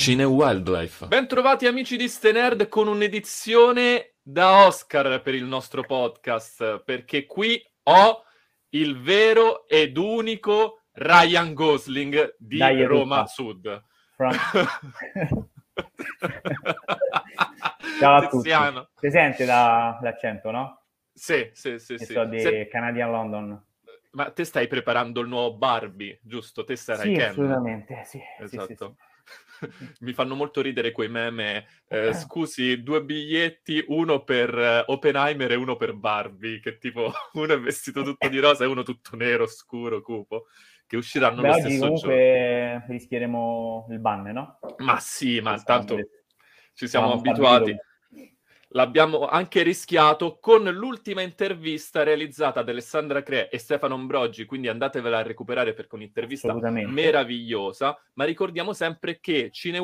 Cine Wildlife. Ben trovati amici di Ste Nerd con un'edizione da Oscar per il nostro podcast, perché qui ho il vero ed unico Ryan Gosling di Dai, Roma tutta. Sud. Ciao a tutti. Tiziano. Si sente l'accento, no? Sì. So di Canadian London. Ma te stai preparando il nuovo Barbie, giusto? Te sarai Sì, Ken? assolutamente, sì. Esatto. Sì. Mi fanno molto ridere quei meme. Scusi, 2 biglietti, uno per Oppenheimer e uno per Barbie, che tipo uno è vestito tutto di rosa e uno tutto nero, scuro, cupo, che usciranno lo Oggi stesso giorno. comunque rischieremo il ban, no? Ma sì, ma Quest'anno, tanto ci siamo siamo abituati. stabiliti. L'abbiamo anche rischiato con l'ultima intervista realizzata da Alessandra Crea e Stefano Ambroggi, quindi andatevela a recuperare perché è un'intervista Assolutamente. meravigliosa, ma ricordiamo sempre che Cine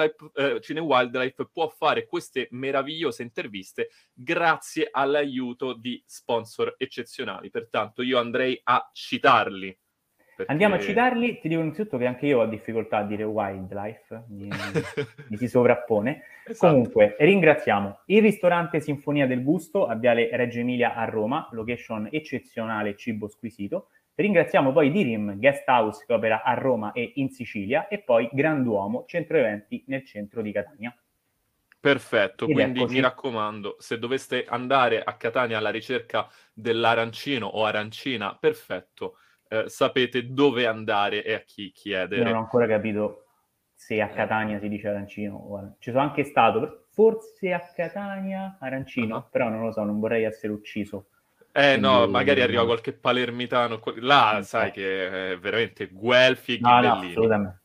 Wildlife può fare queste meravigliose interviste grazie all'aiuto di sponsor eccezionali, pertanto io andrei a citarli. Perché... Andiamo a citarli, ti dico innanzitutto che anche io ho difficoltà a dire wildlife, mi si sovrappone. Esatto. Comunque, ringraziamo il ristorante Sinfonia del Gusto a Viale Reggio Emilia a Roma, location eccezionale, cibo squisito. Ringraziamo poi Dirim Guest House che opera a Roma e in Sicilia e poi Granduomo, centro eventi nel centro di Catania. Perfetto, Ed quindi eccoci. mi raccomando, se doveste andare a Catania alla ricerca dell'arancino o arancina, perfetto, sapete dove andare e a chi chiedere. Io non ho ancora capito se a Catania si dice arancino o ci sono anche stato, forse a Catania arancino, però non lo so, non vorrei essere ucciso. No, magari arriva qualche palermitano, là sai che è veramente guelfi e No, ghibellini. Assolutamente.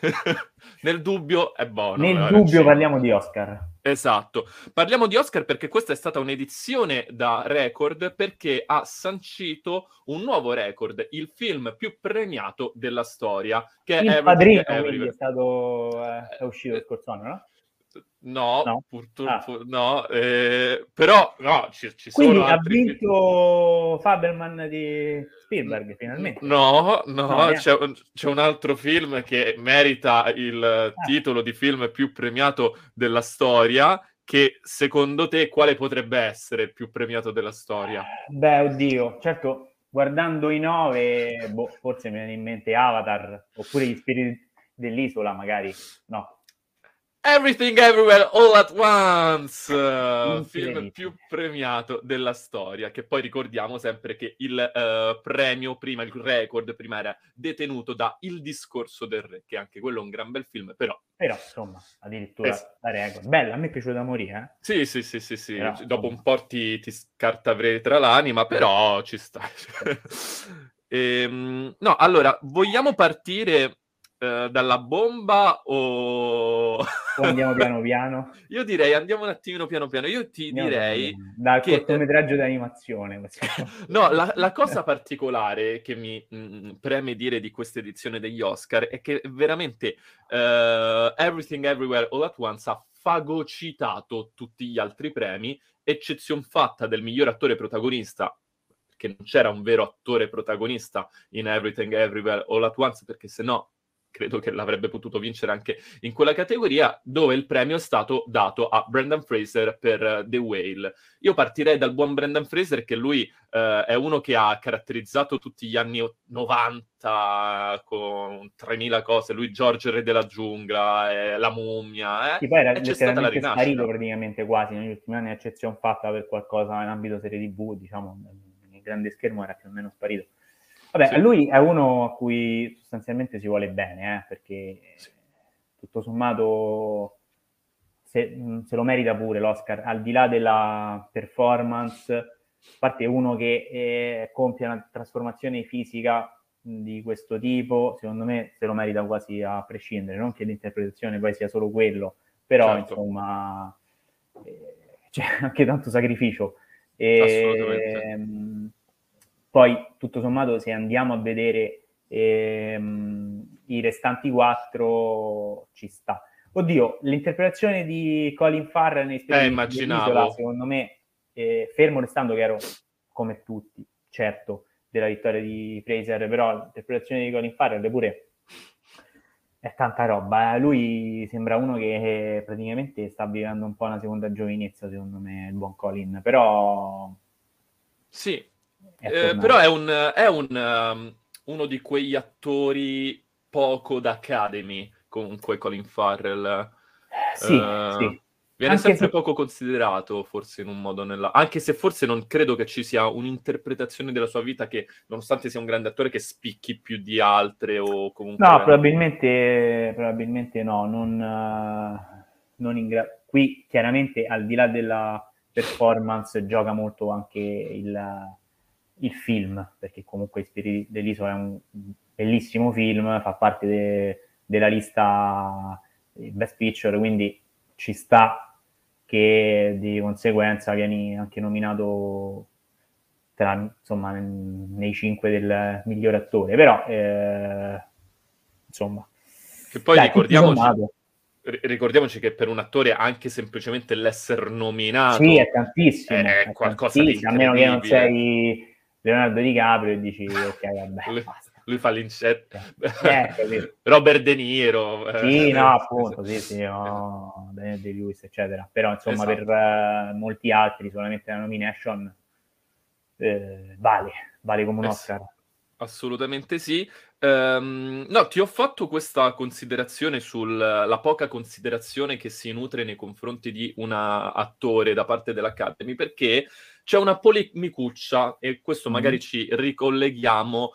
Nel dubbio è buono. Nel dubbio parliamo di Oscar. Esatto, parliamo di Oscar perché questa è stata un'edizione da record perché ha sancito un nuovo record, il film più premiato della storia, che Il è Padrino, Everything quindi Everywhere. è uscito lo scorso anno, no? No, purtroppo no, però no, ci quindi sono altri ha vinto Fabelman di Spielberg, finalmente. No, c'è un altro film che merita il titolo di film più premiato della storia, che secondo te quale potrebbe essere il più premiato della storia? Beh, oddio, certo, guardando i 9, forse mi viene in mente Avatar, oppure Gli Spiriti dell'Isola, magari, no. Everything Everywhere All at Once, film più premiato della storia, che poi ricordiamo sempre che il premio prima, il record prima era detenuto da Il discorso del re, che anche quello è un gran bel film, però insomma, addirittura la record. Bella, a me è piaciuto da morire, Sì. Però, Dopo un po' ti scarta tra l'anima, però ci sta. No, allora, vogliamo partire dalla bomba o andiamo piano piano? Io direi andiamo un attimino piano piano. Io ti direi dal che cortometraggio d'animazione. No, la cosa particolare che mi preme dire di questa edizione degli Oscar è che veramente Everything Everywhere All at Once ha fagocitato tutti gli altri premi, eccezion fatta del miglior attore protagonista, perché non c'era un vero attore protagonista in Everything Everywhere All at Once, perché sennò credo che l'avrebbe potuto vincere anche in quella categoria, dove il premio è stato dato a Brendan Fraser per The Whale. Io partirei dal buon Brendan Fraser, che lui è uno che ha caratterizzato tutti gli anni 90 con 3000 cose, lui George Re della giungla, La mummia, Sì, poi era e c'è stata la rinascita. sparito praticamente quasi negli ultimi anni, eccezione fatta per qualcosa in ambito serie TV, diciamo, nel grande schermo era più o meno sparito. Vabbè, sì. Lui è uno a cui sostanzialmente si vuole bene, perché tutto sommato se lo merita pure l'Oscar, al di là della performance, a parte uno che compie una trasformazione fisica di questo tipo, secondo me se lo merita quasi a prescindere, non che l'interpretazione poi sia solo quello, però certo. Insomma c'è anche tanto sacrificio. Assolutamente. Poi, tutto sommato, se andiamo a vedere i restanti 4, ci sta. Oddio, l'interpretazione di Colin Farrell nei Spiriti dell'Isola, secondo me, fermo restando che ero, come tutti, certo, della vittoria di Fraser, però l'interpretazione di Colin Farrell pure è tanta roba. Lui sembra uno che praticamente sta vivendo un po' una seconda giovinezza, secondo me, il buon Colin, però Sì, è però tornato. è uno di quegli attori poco da Academy, comunque Colin Farrell. Sì, Eh, sì. viene Anche sempre se poco considerato, forse in un modo o nell'altro. Anche se forse non credo che ci sia un'interpretazione della sua vita che, nonostante sia un grande attore, che spicchi più di altre o no, comunque... probabilmente no, qui chiaramente al di là della performance gioca molto anche il film, perché comunque Spiriti dell'Isola è un bellissimo film, fa parte della lista Best Picture, quindi ci sta che di conseguenza vieni anche nominato insomma, nei 5 del migliore attore, però insomma, Che poi dai, tutto sommato, ricordiamoci che per un attore anche semplicemente l'essere sì, nominato è è qualcosa di tantissimo, a meno che non incredibile. sei Leonardo DiCaprio e dici, ok, vabbè, Lui, basta. lui fa l'incetto. Capito. Robert De Niro. Sì, no, appunto, sì, no, Daniel Day-Lewis, eccetera. Però, insomma, per Esatto. molti altri, solamente la nomination vale come un Eh sì, Oscar. assolutamente sì. No, ti ho fatto questa considerazione sulla poca considerazione che si nutre nei confronti di un attore da parte dell'Academy, perché c'è una polemicuccia, e questo magari Mm. ci ricolleghiamo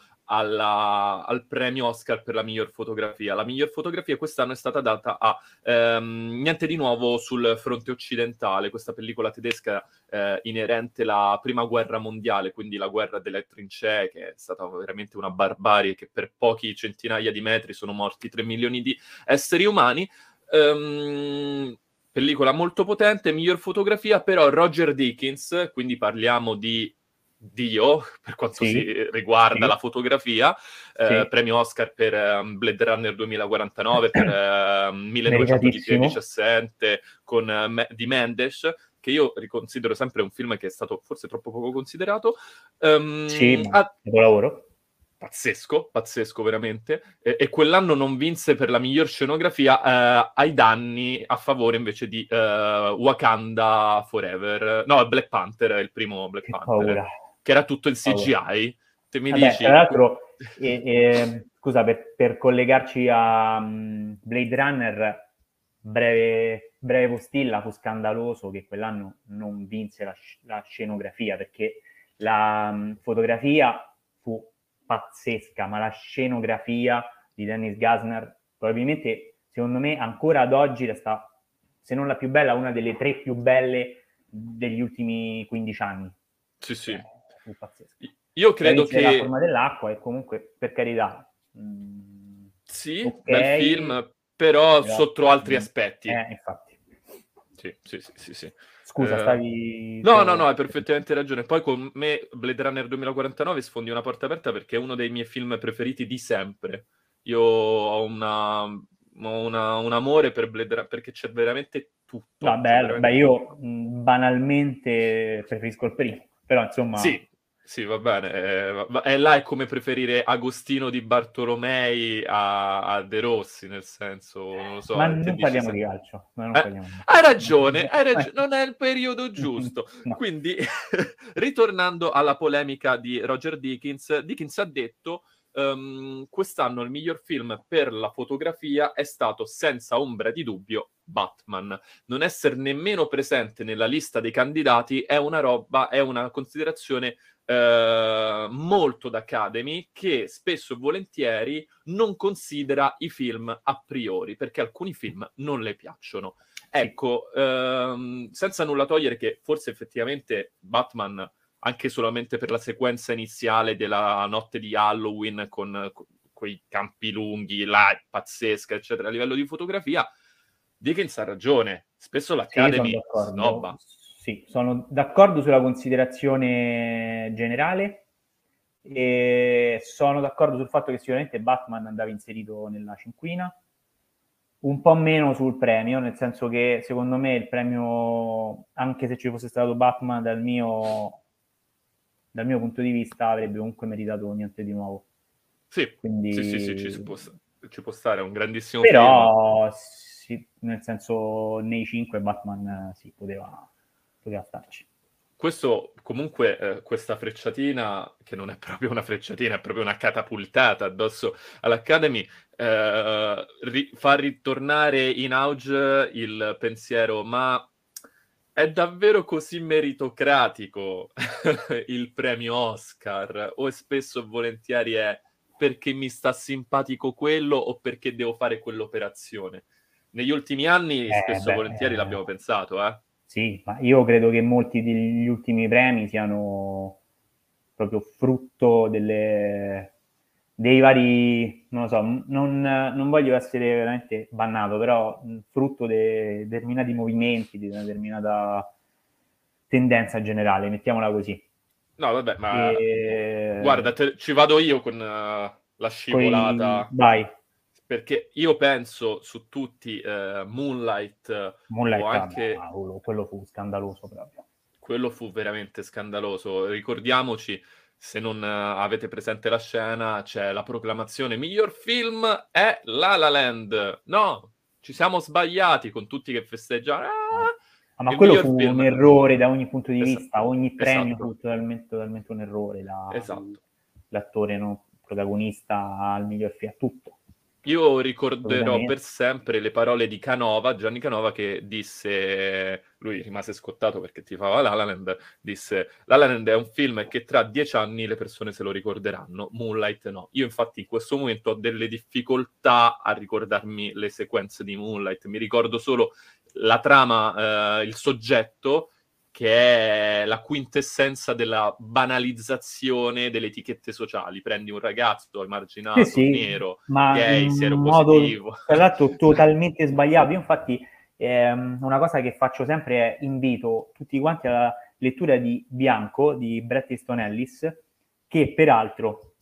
al premio Oscar per la miglior fotografia. La miglior fotografia quest'anno è stata data a Niente di nuovo sul fronte occidentale, questa pellicola tedesca inerente alla prima guerra mondiale, quindi la guerra delle trincee, che è stata veramente una barbarie, che per pochi centinaia di metri sono morti 3 milioni di esseri umani. Pellicola molto potente, miglior fotografia, però Roger Deakins, quindi parliamo di Dio, per quanto si Sì, riguarda la sì, fotografia, sì, premio Oscar per Blade Runner 2049, per 1900 di piedi meritatissimo. diciossette, con di Mendes, che io riconsidero sempre un film che è stato forse troppo poco considerato. Sì, ma Ha capolavoro. Pazzesco, pazzesco veramente. E quell'anno non vinse per la miglior scenografia, ai danni a favore invece di Wakanda Forever. No, Black Panther, il primo Black Che Panther, paura, che era tutto in che paura. CGI. Te mi Vabbè, tra dici... l'altro, scusa, per collegarci a Blade Runner, breve postilla, fu scandaloso che quell'anno non vinse la scenografia, perché la fotografia fu pazzesca, ma la scenografia di Dennis Gassner probabilmente, secondo me, ancora ad oggi resta, se non la più bella, una delle 3 più belle degli ultimi 15 anni. Sì, Cioè, sì. fu pazzesco. Io credo Bravissima della che forma dell'acqua e comunque, per carità, sì, ok, bel film, però però sotto altri aspetti. infatti. Sì, sì, sì, sì, sì. Scusa, stavi... No, no, no, hai perfettamente ragione. Poi con me Blade Runner 2049 sfondi una porta aperta perché è uno dei miei film preferiti di sempre. Io un amore per Blade Runner perché c'è veramente No, tutto. C'è bello. Beh, veramente... io banalmente preferisco il primo, però insomma... Sì, sì, va bene. E là è come preferire Agostino di Bartolomei a De Rossi, nel senso, non lo Ma so, che non dici parliamo di se... calcio, ma non parliamo di Hai ragione, calcio. non è il periodo giusto. No, Quindi, ritornando alla polemica di Roger Deakins, Deakins ha detto quest'anno il miglior film per la fotografia è stato senza ombra di dubbio Batman. Non essere nemmeno presente nella lista dei candidati è una roba, è una considerazione molto da Academy che spesso e volentieri non considera i film a priori perché alcuni film non le piacciono. sì, Ecco, senza nulla togliere che forse effettivamente Batman, anche solamente per la sequenza iniziale della notte di Halloween con quei campi lunghi, là, pazzesca, eccetera, a livello di fotografia, Dickens ha ragione. Spesso sì, sono l'Academy d'accordo. snobba. Sì, sono d'accordo sulla considerazione generale e sono d'accordo sul fatto che sicuramente Batman andava inserito nella cinquina, un po' meno sul premio, nel senso che secondo me il premio, anche se ci fosse stato Batman dal mio punto di vista, avrebbe comunque meritato niente di nuovo. Sì, sì, sì, sì, Quindi ci può stare, è un grandissimo film. Però, sì, nel senso, nei 5 Batman sì, poteva starci. Questo, comunque, questa frecciatina, che non è proprio una frecciatina, è proprio una catapultata addosso all'Academy, fa ritornare in auge il pensiero, ma è davvero così meritocratico il premio Oscar? O spesso e volentieri è perché mi sta simpatico quello o perché devo fare quell'operazione? Negli ultimi anni spesso e volentieri l'abbiamo pensato, eh? Sì, ma io credo che molti degli ultimi premi siano proprio frutto dei vari, non lo so, non voglio essere veramente bannato, però frutto di determinati movimenti, di una determinata tendenza generale, mettiamola così. No, vabbè, ma guarda, ci vado io con la scivolata, Vai. perché io penso su tutti Moonlight o Moonlight, anche quello fu scandaloso proprio. quello fu veramente scandaloso. Ricordiamoci, se non avete presente la scena, c'è la proclamazione: miglior film è La La Land. No, ci siamo sbagliati, con tutti che festeggiano. Ma Il quello miglior fu un film. errore da ogni punto di vista, ogni premio Esatto, fu totalmente un errore, esatto. l'attore no, protagonista al miglior film, tutto. Io ricorderò per Assolutamente. sempre le parole di Canova, Gianni Canova, che disse, lui rimase scottato perché tifava La La Land, disse: La La Land è un film che tra 10 anni le persone se lo ricorderanno, Moonlight no. Io infatti in questo momento ho delle difficoltà a ricordarmi le sequenze di Moonlight, mi ricordo solo la trama, il soggetto, che è la quintessenza della banalizzazione delle etichette sociali. Prendi un ragazzo Sì, emarginato, sì, nero, ma in gay, modo sieropositivo. tra l'altro totalmente sbagliato. Io infatti una cosa che faccio sempre è invito tutti quanti alla lettura di Bianco di Bret Easton Ellis, che peraltro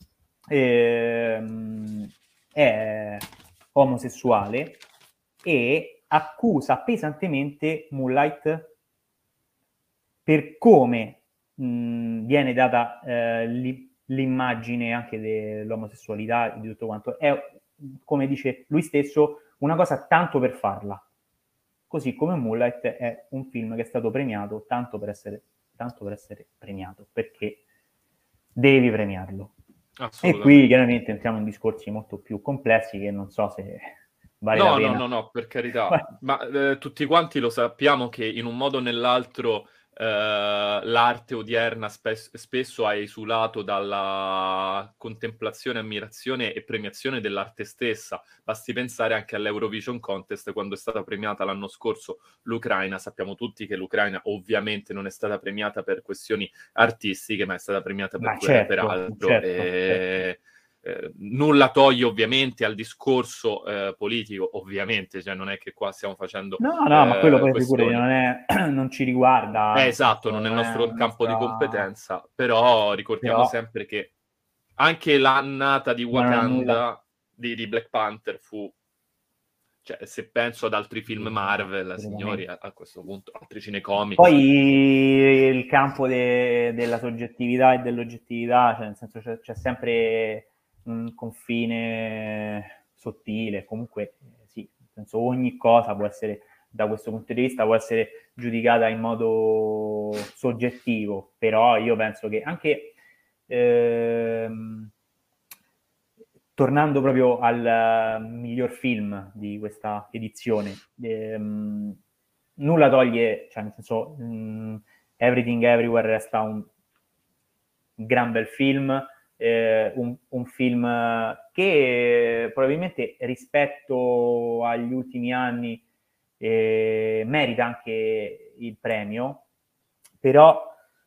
è omosessuale e accusa pesantemente Moonlight per come viene data l'immagine anche dell'omosessualità e di tutto quanto. È, come dice lui stesso, una cosa tanto per farla. Così come Moonlight è un film che è stato premiato tanto per essere premiato, perché devi premiarlo. E qui Assolutamente. chiaramente entriamo in discorsi molto più complessi che non so se vale la No, pena. per carità, ma tutti quanti lo sappiamo che in un modo o nell'altro l'arte odierna spesso ha esulato dalla contemplazione, ammirazione e premiazione dell'arte stessa. Basti pensare anche all'Eurovision Contest, quando è stata premiata l'anno scorso l'Ucraina. Sappiamo tutti che l'Ucraina ovviamente non è stata premiata per questioni artistiche, ma è stata premiata per altro. Certo. Nulla toglie ovviamente al discorso politico, ovviamente, cioè non è che qua stiamo facendo No, ma quello poi figurati, questioni. non ci riguarda, nel Esatto, non senso, è il non è nostro campo di nostra... competenza, però ricordiamo Però sempre che anche l'annata di non ha nulla... Wakanda, di Black Panther, fu... Cioè, se penso ad altri film Marvel, signori, Assolutamente. a questo punto, altri cinecomics. Poi il campo della soggettività e dell'oggettività, cioè nel senso c'è sempre un confine sottile, comunque sì, nel senso ogni cosa può essere, da questo punto di vista, può essere giudicata in modo soggettivo, però io penso che anche tornando proprio al miglior film di questa edizione, nulla toglie, cioè nel senso Everything Everywhere resta un gran bel film, un film che probabilmente rispetto agli ultimi anni merita anche il premio, però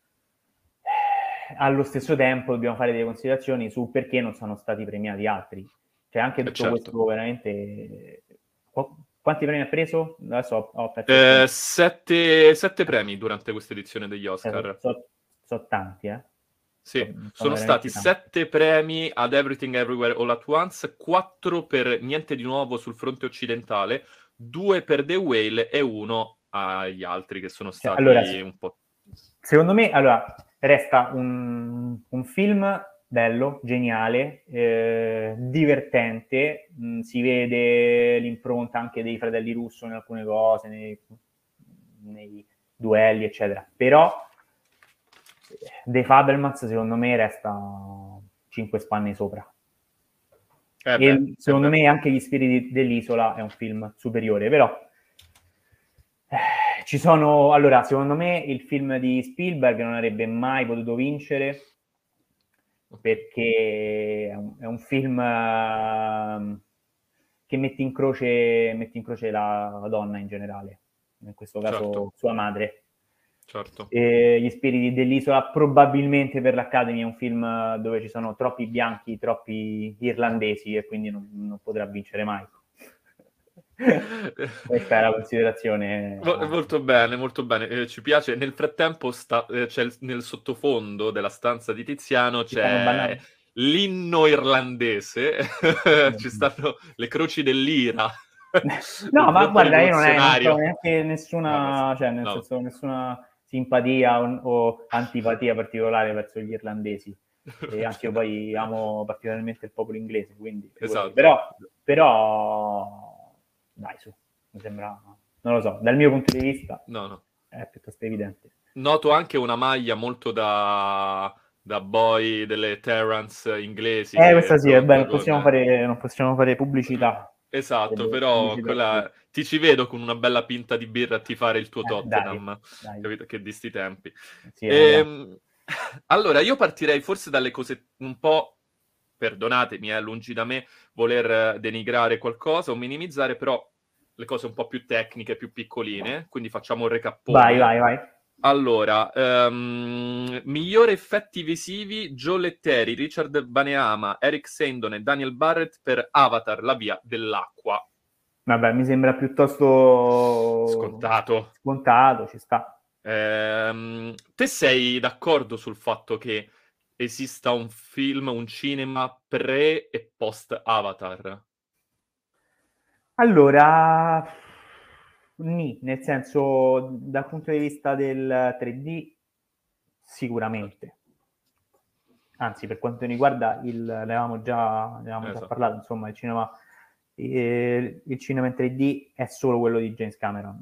allo stesso tempo dobbiamo fare delle considerazioni su perché non sono stati premiati altri. Cioè anche tutto Certo. questo veramente... Quanti premi ha preso? Adesso ho perso 7 premi durante questa edizione degli Oscar. so tanti, Sì, sono stati veramente tanti. 7 premi ad Everything Everywhere All at Once, 4 per Niente di Nuovo sul fronte occidentale, 2 per The Whale e 1 agli altri che sono stati Allora, un po'... secondo me, allora, resta un film bello, geniale, divertente, si vede l'impronta anche dei fratelli Russo in alcune cose, nei duelli, eccetera. Però The Fabelmans secondo me resta 5 spanne sopra. Secondo me anche Gli Spiriti dell'Isola è un film superiore, però ci sono, allora, secondo me il film di Spielberg non avrebbe mai potuto vincere perché è un film che mette in croce la donna in generale, in questo caso sua madre. Certo. Gli Spiriti dell'Isola probabilmente per l'Academy è un film dove ci sono troppi bianchi, troppi irlandesi e quindi non potrà vincere mai. Questa è la considerazione. Molto bene, molto bene. Ci piace. Nel frattempo c'è nel sottofondo della stanza di Tiziano c'è l'inno irlandese, ci stanno le croci dell'ira. No, ma guarda, io non trovo neanche nessuna, cioè nel senso nessuna simpatia o antipatia particolare verso gli irlandesi. E anche io poi amo particolarmente il popolo inglese, quindi esatto. Però dai, su, mi sembra, non lo so, dal mio punto di vista è piuttosto evidente. Noto anche una maglia molto da boy delle Terrance inglesi. Questa sì, è bene, non possiamo fare pubblicità. Esatto, però ti ci vedo con una bella pinta di birra a tifare il tuo Tottenham, dai. capito? Che di sti tempi. Sì, allora, io partirei forse dalle cose un po', perdonatemi, lungi da me voler denigrare qualcosa o minimizzare, però le cose un po' più tecniche, più piccoline, quindi facciamo un recappone. Vai. Allora, migliori effetti visivi: Joe Letteri, Richard Baneama, Eric Sandon e Daniel Barrett per Avatar, la via dell'acqua. Vabbè, mi sembra piuttosto scontato, ci sta. Te sei d'accordo sul fatto che esista un film, un cinema pre e post Avatar? Allora, nel senso, dal punto di vista del 3D, sicuramente. Anzi, per quanto riguarda ne avevamo già parlato, insomma, il cinema in 3D è solo quello di James Cameron.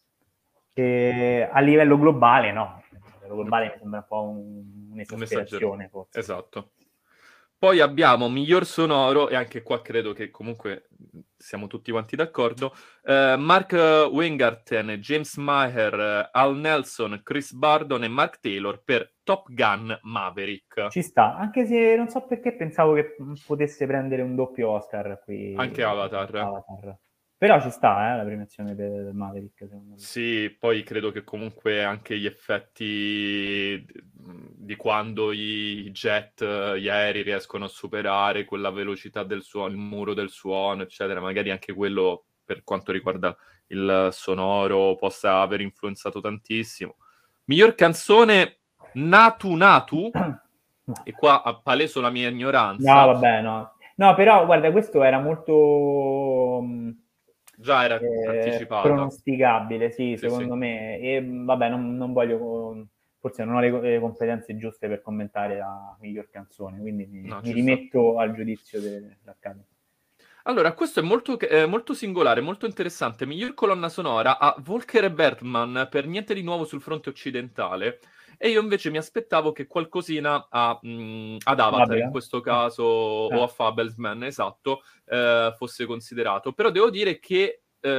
A livello globale, no. A livello globale mi sembra un po' un'esasperazione, forse. Esatto. Poi abbiamo miglior sonoro, e anche qua credo che comunque siamo tutti quanti d'accordo, Mark Weingarten, James Maher, Al Nelson, Chris Bardon e Mark Taylor per Top Gun Maverick. Ci sta, anche se non so perché pensavo che potesse prendere un doppio Oscar qui. Anche Avatar. Però ci sta, la premiazione del Maverick, secondo me. Sì, poi credo che comunque anche gli effetti di quando i jet, gli aerei riescono a superare quella velocità del suono, il muro del suono, eccetera, magari anche quello per quanto riguarda il sonoro possa aver influenzato tantissimo. Miglior canzone Natu Natu, e qua paleso la mia ignoranza. No, vabbè, no. No, però guarda, questo era molto... Già era anticipato. Pronosticabile, sì, secondo me. E vabbè, non voglio... Forse non ho le competenze giuste per commentare la miglior canzone, quindi mi rimetto al giudizio dell'Academy. Allora, questo è molto singolare, molto interessante. Miglior colonna sonora a Volker e Bergman per Niente di nuovo sul fronte occidentale. E io invece mi aspettavo che qualcosina ad Avatar, in questo caso, o a Fabelsman, esatto, fosse considerato. Però devo dire che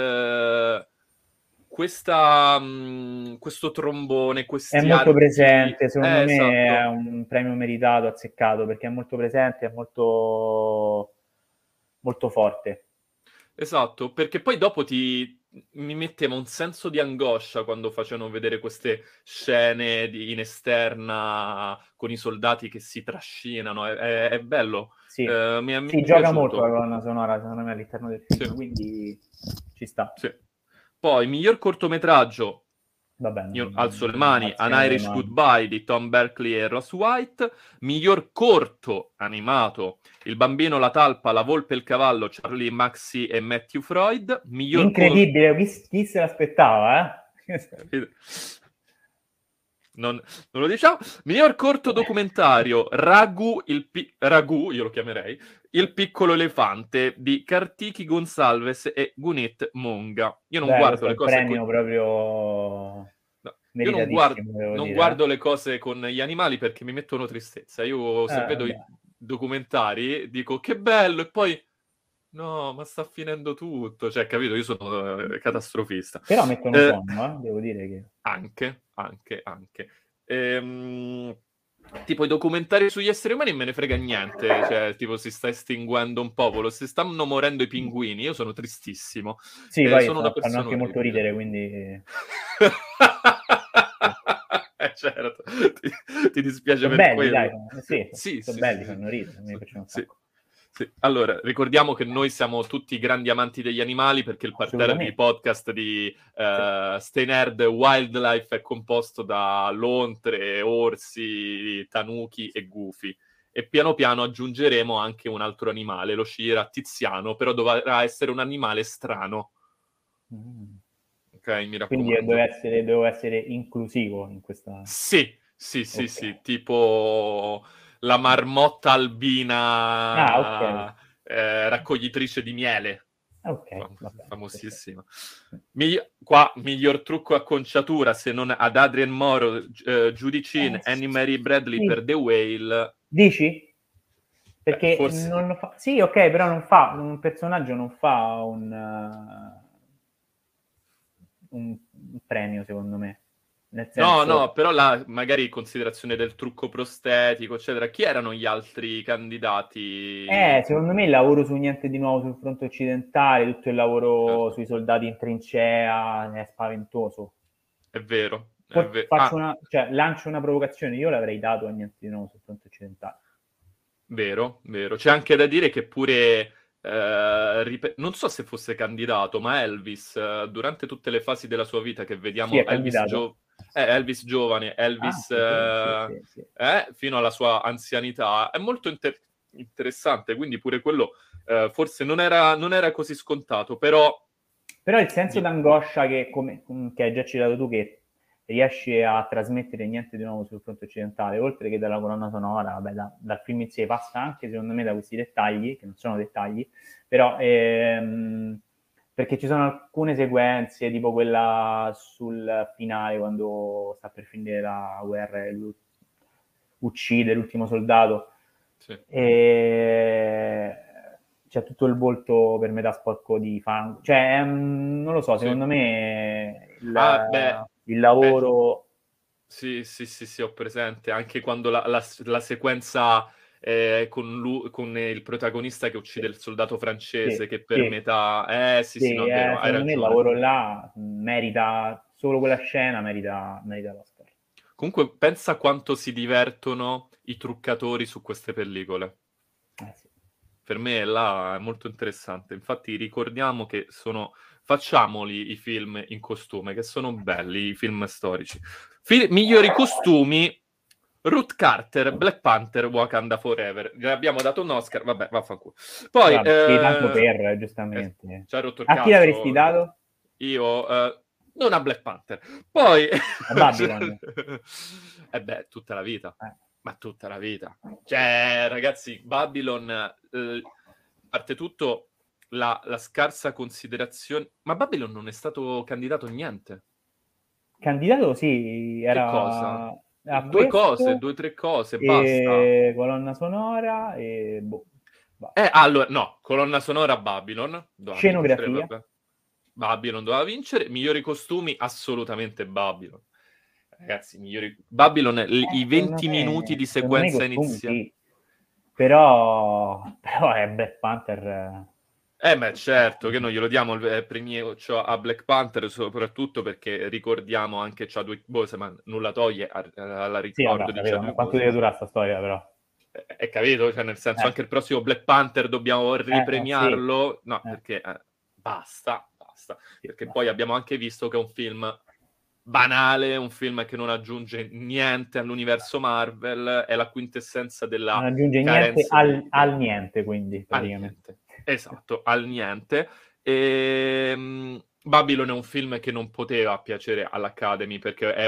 questo trombone, questi è molto presente, secondo me esatto. è un premio meritato, azzeccato, perché è molto presente, è molto, molto forte. Esatto, perché poi dopo mi metteva un senso di angoscia quando facevano vedere queste scene in esterna con i soldati che si trascinano, è bello. Sì, mi gioca molto la colonna sonora, secondo me, all'interno del film, sì. Quindi ci sta. Sì. Poi, miglior cortometraggio, Vabbè, io alzo le mani, An Irish Goodbye di Tom Berkeley e Ross White. Miglior corto animato, Il bambino, la talpa, la volpe e il cavallo, Charlie Maxi e Matthew Freud. Miglior incredibile, chi se l'aspettava, non lo diciamo. Miglior corto documentario, Ragù, io lo chiamerei, Il piccolo elefante di Kartiki Gonsalves e Gunit Monga. Io non Beh, guardo questo è le un cose premio proprio no, io meritatissimo, devo non dire. guardo le cose con gli animali perché mi mettono tristezza. Io se vedo Vabbè. i documentari dico che bello e poi no, ma sta finendo tutto. Cioè, capito? Io sono catastrofista. Però mettono sonno, devo dire che... Anche. Tipo i documentari sugli esseri umani me ne frega niente, cioè tipo si sta estinguendo un popolo, si stanno morendo i pinguini, io sono tristissimo. Sì, poi Sono una fanno persona anche molto orribile. ridere, quindi... Certo, ti dispiace Sono per belli, dai, quello. sì, Sì, sono sì, sì, belli, sì. fanno ridere, mi Sì, piacciono un sì, sacco. sì. Allora, ricordiamo che noi siamo tutti grandi amanti degli animali perché il parterre di Assolutamente. podcast di Sì. Stay Nerd Wildlife è composto da lontre, orsi, tanuki e gufi. E piano piano aggiungeremo anche un altro animale, lo sciera tiziano, però dovrà essere un animale strano. Mm. Ok, mi Quindi raccomando. devo essere inclusivo in questa... Sì, Ok. tipo la marmotta Ah, ok. albina raccoglitrice di miele, Ok, va bene, perfetto. famosissima. Qua, miglior trucco acconciatura, se non ad Adrien Moro, Judy Chin, Annie Marie Bradley per Sì. The Whale. Dici? Beh, Perché forse non lo fa... Sì, ok, però non fa... Un personaggio non fa un premio, secondo me. Nel no, senso... però là magari in considerazione del trucco prostetico, eccetera. Chi erano gli altri candidati? Secondo me il lavoro su Niente di nuovo sul fronte occidentale, tutto il lavoro Certo, sui soldati in trincea è spaventoso. è vero, Faccio cioè, lancio una provocazione, io l'avrei dato a Niente di nuovo sul fronte occidentale. vero. C'è anche da dire che pure, non so se fosse candidato, ma Elvis, durante tutte le fasi della sua vita che Sì, vediamo, è candidato. Elvis giovane, Ah, Elvis sì, sì. fino alla sua anzianità, è molto interessante, quindi pure quello forse non era così scontato, però... Però il senso di- d'angoscia che hai già citato tu, che riesce a trasmettere Niente di nuovo sul fronte occidentale, oltre che dalla colonna sonora, vabbè, dal film in sé, passa anche secondo me da questi dettagli, che non sono dettagli, però perché ci sono alcune sequenze, tipo quella sul finale, quando sta per finire la guerra e lui uccide l'ultimo soldato, sì. e c'è tutto il volto per metà sporco di fango. Cioè, non lo so, Sì. secondo me Ah, beh, il lavoro... sì, ho presente. Anche quando la sequenza con il protagonista che uccide Sì, il soldato francese, sì, che per sì, metà... sì, no, sì, è vero, hai secondo me il ragione. lavoro là merita, solo quella scena merita l'Oscar. Comunque, pensa quanto si divertono i truccatori su queste pellicole. Sì. Per me là è molto interessante. Infatti ricordiamo che facciamoli i film in costume, che sono belli, i film storici. Migliori costumi, Ruth Carter, Black Panther, Wakanda Forever. Gli abbiamo dato un Oscar, vabbè, vaffanculo. Poi, Vabbè, sì, tanto per, giustamente. ci ha rotto il A chi l'avresti cazzo. dato? Io, non a Black Panther. Poi, A Babylon. beh, tutta la vita. Eh. Ma tutta la vita. Cioè, ragazzi, Babylon, a parte tutto, la scarsa considerazione... Ma Babylon non è stato candidato a niente. Candidato sì, Che cosa? era a Due cose, questo, due o tre cose, basta. e colonna sonora e boh, basta. Allora, no, colonna sonora Babylon, doveva vincere, Scenografia. vabbè. Babylon doveva vincere. Migliori costumi, assolutamente Babylon. Ragazzi, Babylon, i 20 minuti di Secondo me i sequenza costumi iniziale. sì, però è Black Panther. Ma certo, che noi glielo diamo il premio a Black Panther, soprattutto perché ricordiamo anche Chadwick Boseman, nulla toglie alla Sì, vabbè, ricordo ho di capito, Chadwick quanto deve Boseman. durare sta storia però. È capito? Cioè, nel senso, anche il prossimo Black Panther dobbiamo Sì, ripremiarlo? No, eh, perché basta. sì, Perché poi basta. abbiamo anche visto che è un film banale, un film che non aggiunge niente all'universo Marvel, è la quintessenza Non della aggiunge niente carenza di... al niente, quindi, Al praticamente. niente. Esatto, al niente. Babylon è un film che non poteva piacere all'Academy perché è un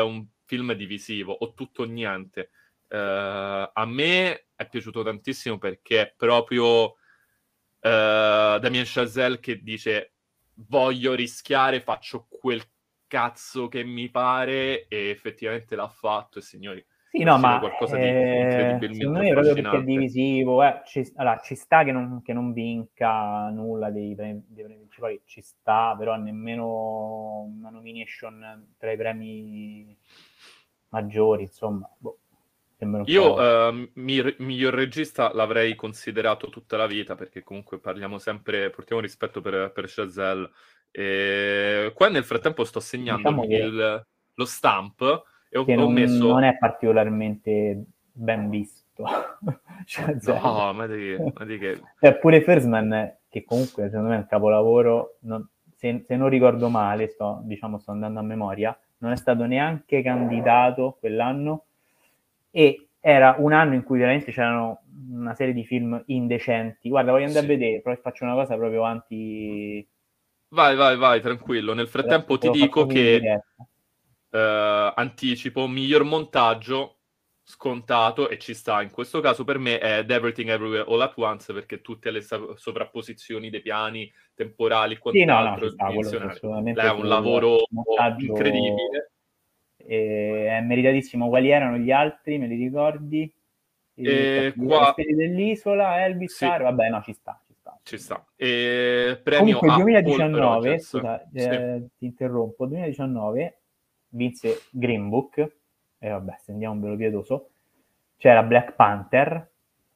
film divisivo, o tutto o niente. A me è piaciuto tantissimo perché è proprio Damien Chazelle che dice voglio rischiare, faccio quel cazzo che mi pare, e effettivamente l'ha fatto, e signori, Sì, è no, uscito ma qualcosa di secondo incredibilmente me proprio perché è affascinante. divisivo, allora, ci sta che non vinca nulla dei premi principali, ci sta, però nemmeno una nomination tra i premi maggiori, insomma, boh, sembra un Io po'... miglior regista l'avrei considerato tutta la vita, perché comunque parliamo sempre, portiamo rispetto per Chazelle. E qua nel frattempo sto segnando Diciamo lo stamp e che ho non messo... è particolarmente ben visto, cioè, No, ma di che... Cioè, pure First Man, che comunque secondo me è un capolavoro, se non ricordo male, sto andando a memoria, non è stato neanche candidato quell'anno, e era un anno in cui veramente c'erano una serie di film indecenti. Guarda, voglio andare a Sì. vedere, però faccio una cosa proprio anti... Vai, tranquillo. Nel frattempo te ti lo faccio dico proprio in che diretta. anticipo, miglior montaggio scontato, e ci sta. In questo caso per me è Everything Everywhere All at Once, perché tutte le sovrapposizioni dei piani temporali e Sì, no, ci quant'altro sta, quello dimensionali. Lei assolutamente ha un sul lavoro montaggio incredibile. è meritatissimo. Quali erano gli altri, me li ricordi? E Le qua Stelle dell'Isola, Elvis sì, Star, vabbè, no, ci sta, ci sta. ci sta. E premio Comunque, il a Paul 2019, Rogers. scusa, Sì. ti interrompo, il 2019 vinse Green Book, e vabbè, stendiamo un velo pietoso, c'era Black Panther,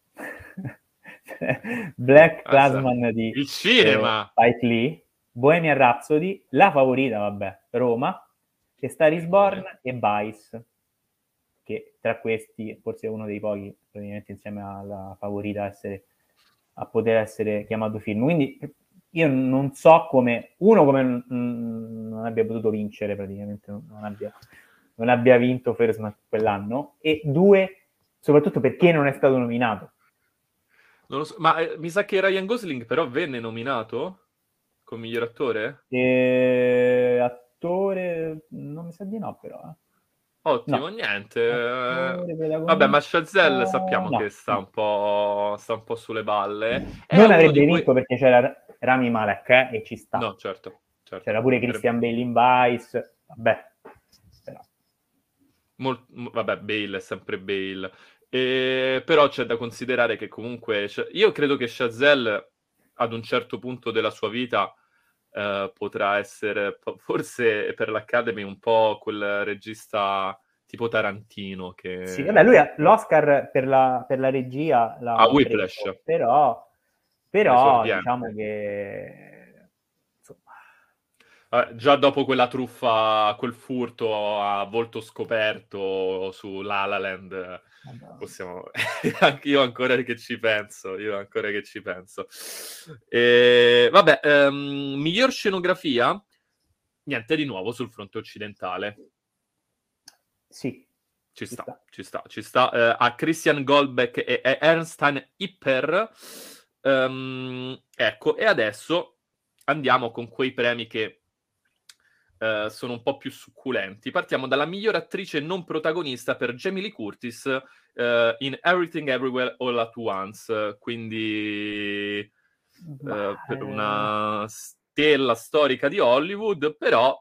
Black Klansman di Il cinema. Spike Lee, Bohemian Rhapsody, la favorita, vabbè, Roma, e Star is Born e Vice, che tra questi forse è uno dei pochi, probabilmente insieme alla favorita, a poter essere chiamato film. Quindi io non so come non abbia potuto vincere, praticamente non abbia vinto First quell'anno, e due, soprattutto perché non è stato nominato. Non lo so, ma mi sa che Ryan Gosling però venne nominato come miglior attore? Attore, non mi sa di no, però. Ottimo, No. niente. Attore, Vabbè, ma protagonista, Chazelle sappiamo che no, no. sta un po' sulle balle. È Non uno di avrebbe quei... vinto perché c'era Rami Malek, e ci sta. No, certo, certo. C'era pure Christian Bale in Vice, vabbè. Però. Vabbè, Bale è sempre Bale. Però c'è da considerare che comunque... io credo che Chazelle, ad un certo punto della sua vita, potrà essere, forse per l'Academy, un po' quel regista tipo Tarantino Sì, vabbè, lui che... l'Oscar per la regia A l'ha Whiplash, preso, però diciamo l'esordiente. che insomma, Già dopo quella truffa, quel furto a volto scoperto su La La Land, possiamo... Anche io ancora che ci penso, Vabbè, miglior scenografia, niente di nuovo sul fronte occidentale. sì, Ci ci sta, sta. ci sta, ci sta. A Christian Goldbeck e Ernst Hipper. Ecco, e adesso andiamo con quei premi che sono un po' più succulenti. Partiamo dalla miglior attrice non protagonista per Jamie Lee Curtis in Everything Everywhere All at Once, quindi per una stella storica di Hollywood, però...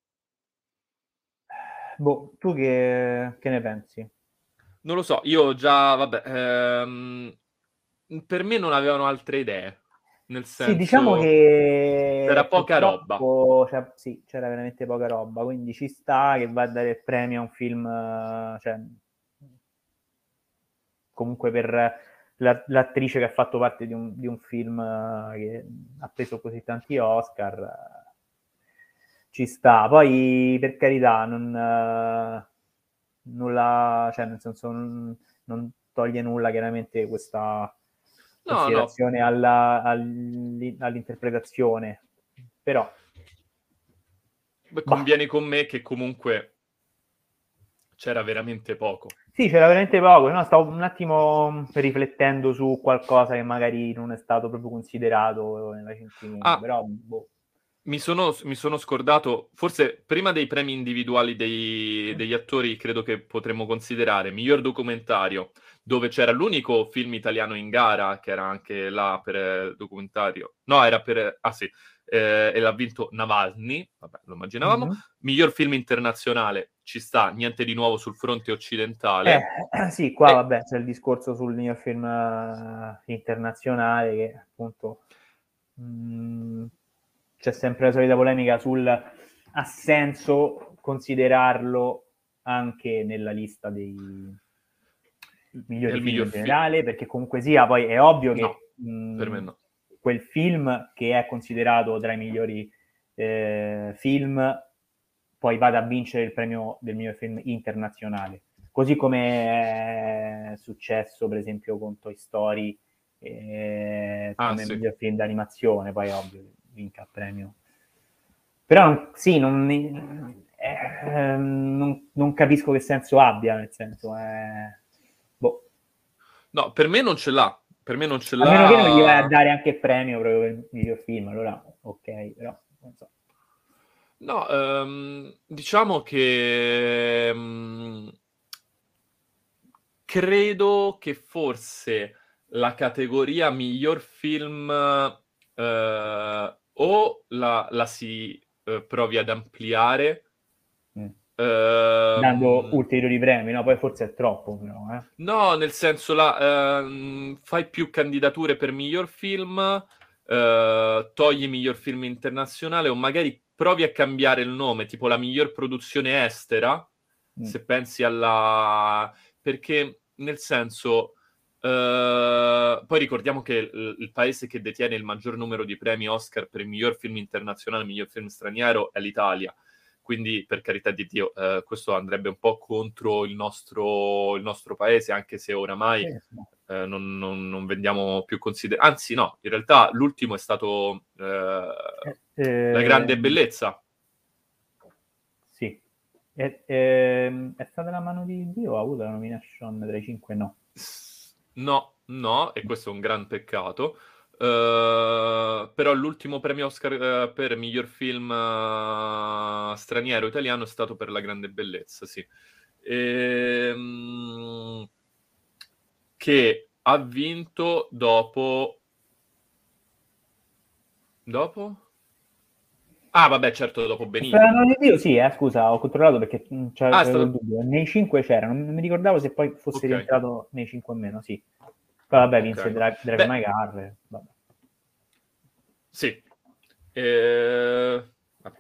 Boh, tu che ne pensi? Non lo so, io già, vabbè, per me non avevano altre idee, nel Sì, diciamo senso, c'era che poca roba. purtroppo sì, c'era veramente poca roba, quindi ci sta che va a dare il premio a un film, cioè, comunque per l'attrice che ha fatto parte di un film che ha preso così tanti Oscar, ci sta. Poi, per carità, nulla, cioè, nel senso, non toglie nulla chiaramente questa No, no, considerazione all'interpretazione, però bah. convieni con me che comunque c'era veramente poco. Sì, c'era veramente poco, no? Stavo un attimo riflettendo su qualcosa che magari non è stato proprio considerato nella cinquina, Ah, però boh. Mi sono scordato, forse prima dei premi individuali degli attori, credo che potremmo considerare miglior documentario, dove c'era l'unico film italiano in gara, che era anche là per documentario. No, era per... Ah sì, e l'ha vinto Navalny, vabbè, lo immaginavamo. Mhm. Miglior film internazionale, ci sta, niente di nuovo sul fronte occidentale. Sì, qua E, vabbè c'è il discorso sul miglior film internazionale che appunto c'è sempre la solita polemica sul ha senso considerarlo anche nella lista dei migliori nel film miglior in film... generale, perché comunque sia poi è ovvio No, che per me no. quel film che è considerato tra i migliori film poi vada a vincere il premio del miglior film internazionale. Così come è successo per esempio con Toy Story come Sì. miglior film d'animazione, poi è ovvio che vinca il premio. Però sì, non capisco che senso abbia, nel senso boh. No, per me non ce l'ha. Per me non ce A meno che non gli vai a l'ha. dare anche il premio proprio per il miglior film, allora ok, però non so. No, diciamo che credo che forse la categoria miglior film o la si provi ad ampliare. Dando ulteriori premi, no? Poi forse è troppo, però, No, nel senso, fai più candidature per miglior film, togli miglior film internazionale o magari provi a cambiare il nome, tipo la miglior produzione estera, se pensi alla... Perché, nel senso, poi ricordiamo che il paese che detiene il maggior numero di premi Oscar per il miglior film internazionale e miglior film straniero è l'Italia. Quindi, per carità di Dio, questo andrebbe un po' contro il nostro paese, anche se oramai non vendiamo più considerati. Anzi, no, in realtà l'ultimo è stato La grande bellezza. Sì. È stata la mano di Dio o ha avuto la nomination tra i 5? No. No, e questo è un gran peccato. Però l'ultimo premio Oscar per miglior film straniero italiano è stato per La grande bellezza, sì. Che ha vinto dopo... Ah, vabbè, certo, dopo Benigni. Di Dio, sì, scusa, ho controllato perché Ah, è c'avevo il stato... dubbio. Nei 5 c'era, non mi ricordavo se poi fosse Ok, rientrato nei 5 o meno, sì. Poi vabbè, vinse ok. Drive My Beh, Car. Vabbè. sì. Vabbè.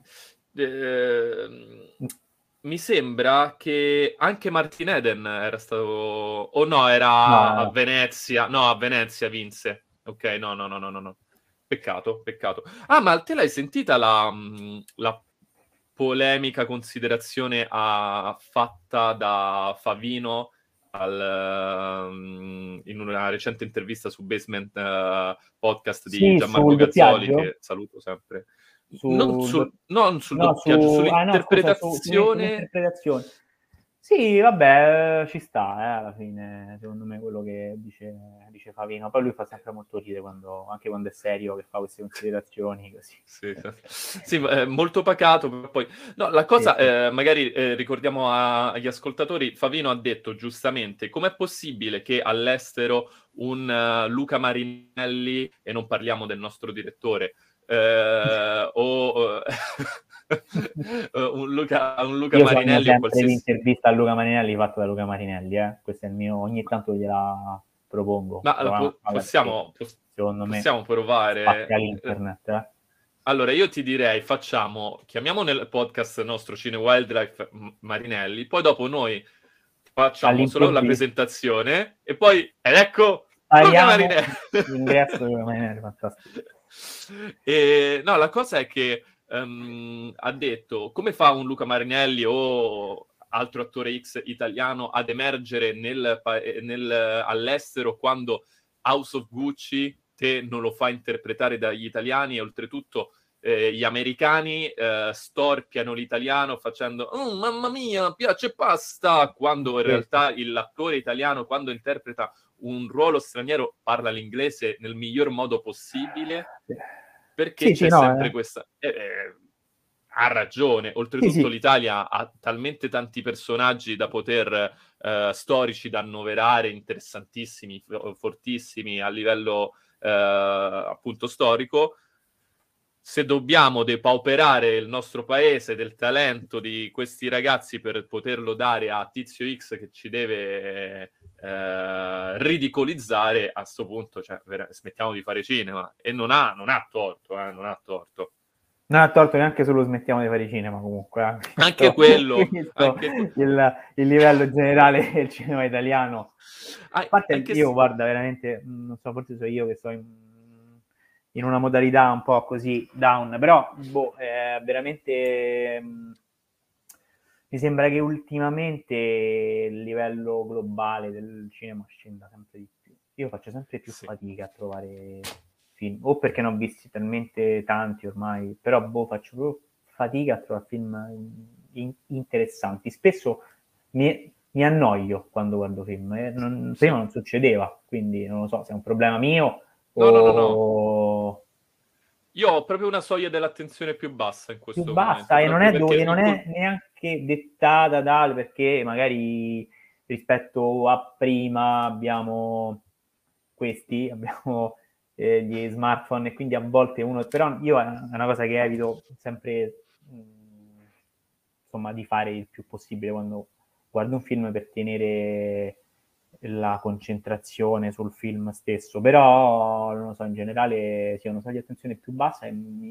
Mi sembra che anche Martin Eden era stato... O no, era a No. Venezia. No, a Venezia vinse. Ok, no. Peccato. Ah, ma te l'hai sentita la polemica considerazione fatta da Favino in una recente intervista su Basement Podcast di Sì, Gianmarco sul Gazzoli, doppiaggio? che saluto sempre. Sul Non sul no, doppiaggio, no, scusa, sull'interpretazione. sull'interpretazione. Sì, vabbè, ci sta, alla fine, secondo me, quello che dice Favino. Poi lui fa sempre molto ridere anche quando è serio, che fa queste considerazioni così. Sì, molto pacato. Poi... No, la cosa, magari ricordiamo agli ascoltatori, Favino ha detto giustamente, com'è possibile che all'estero un Luca Marinelli, e non parliamo del nostro direttore, o un Luca Io sogno Marinelli o sempre qualsiasi... l'intervista a Luca Marinelli fatta da Luca Marinelli, questo è il mio, ogni tanto gliela propongo, Ma però vabbè, perché secondo me possiamo spazia provare. l'internet. Allora, io ti direi, chiamiamo nel podcast nostro Cine Wildlife Marinelli, poi dopo noi facciamo solo la All'improvviso. presentazione e poi, ed ecco, Luca Spariamo Marinelli! l'ingresso di Luca Marinelli, fantastico. E, no, la cosa è che ha detto, come fa un Luca Marinelli o altro attore X italiano ad emergere all'estero quando House of Gucci te non lo fa interpretare dagli italiani e oltretutto gli americani storpiano l'italiano facendo mamma mia, piace pasta, quando in realtà l'attore italiano quando interpreta un ruolo straniero parla l'inglese nel miglior modo possibile. perché Sì, sì, c'è no, sempre questa... ha ragione, sì, oltretutto sì. l'Italia ha talmente tanti personaggi da poter storici da annoverare, interessantissimi, fortissimi a livello appunto storico. Se dobbiamo depauperare il nostro paese del talento di questi ragazzi per poterlo dare a Tizio X che ci deve ridicolizzare, a sto punto cioè, smettiamo di fare cinema. E non ha torto, non ha torto. Non ha torto neanche se lo smettiamo di fare cinema, comunque. Anche quello, Visto il livello generale del cinema italiano. A parte, anche io guarda, veramente, non so, forse sono io che sto in una modalità un po' così down, però, veramente... mi sembra che ultimamente il livello globale del cinema scenda sempre di più. Io faccio sempre più sì. fatica a trovare film, o perché ne ho visti talmente tanti ormai, però faccio proprio fatica a trovare film interessanti. Spesso mi annoio quando guardo film, prima non succedeva, quindi non lo so se è un problema mio No. o... Io ho proprio una soglia dell'attenzione più bassa in più questo momento, bassa e proprio perché non è neanche dettata da perché magari rispetto a prima abbiamo gli smartphone e quindi a volte uno, però io è una cosa che evito sempre insomma di fare il più possibile quando guardo un film per tenere la concentrazione sul film stesso, però non lo so, in generale sì, una soglia di attenzione più bassa e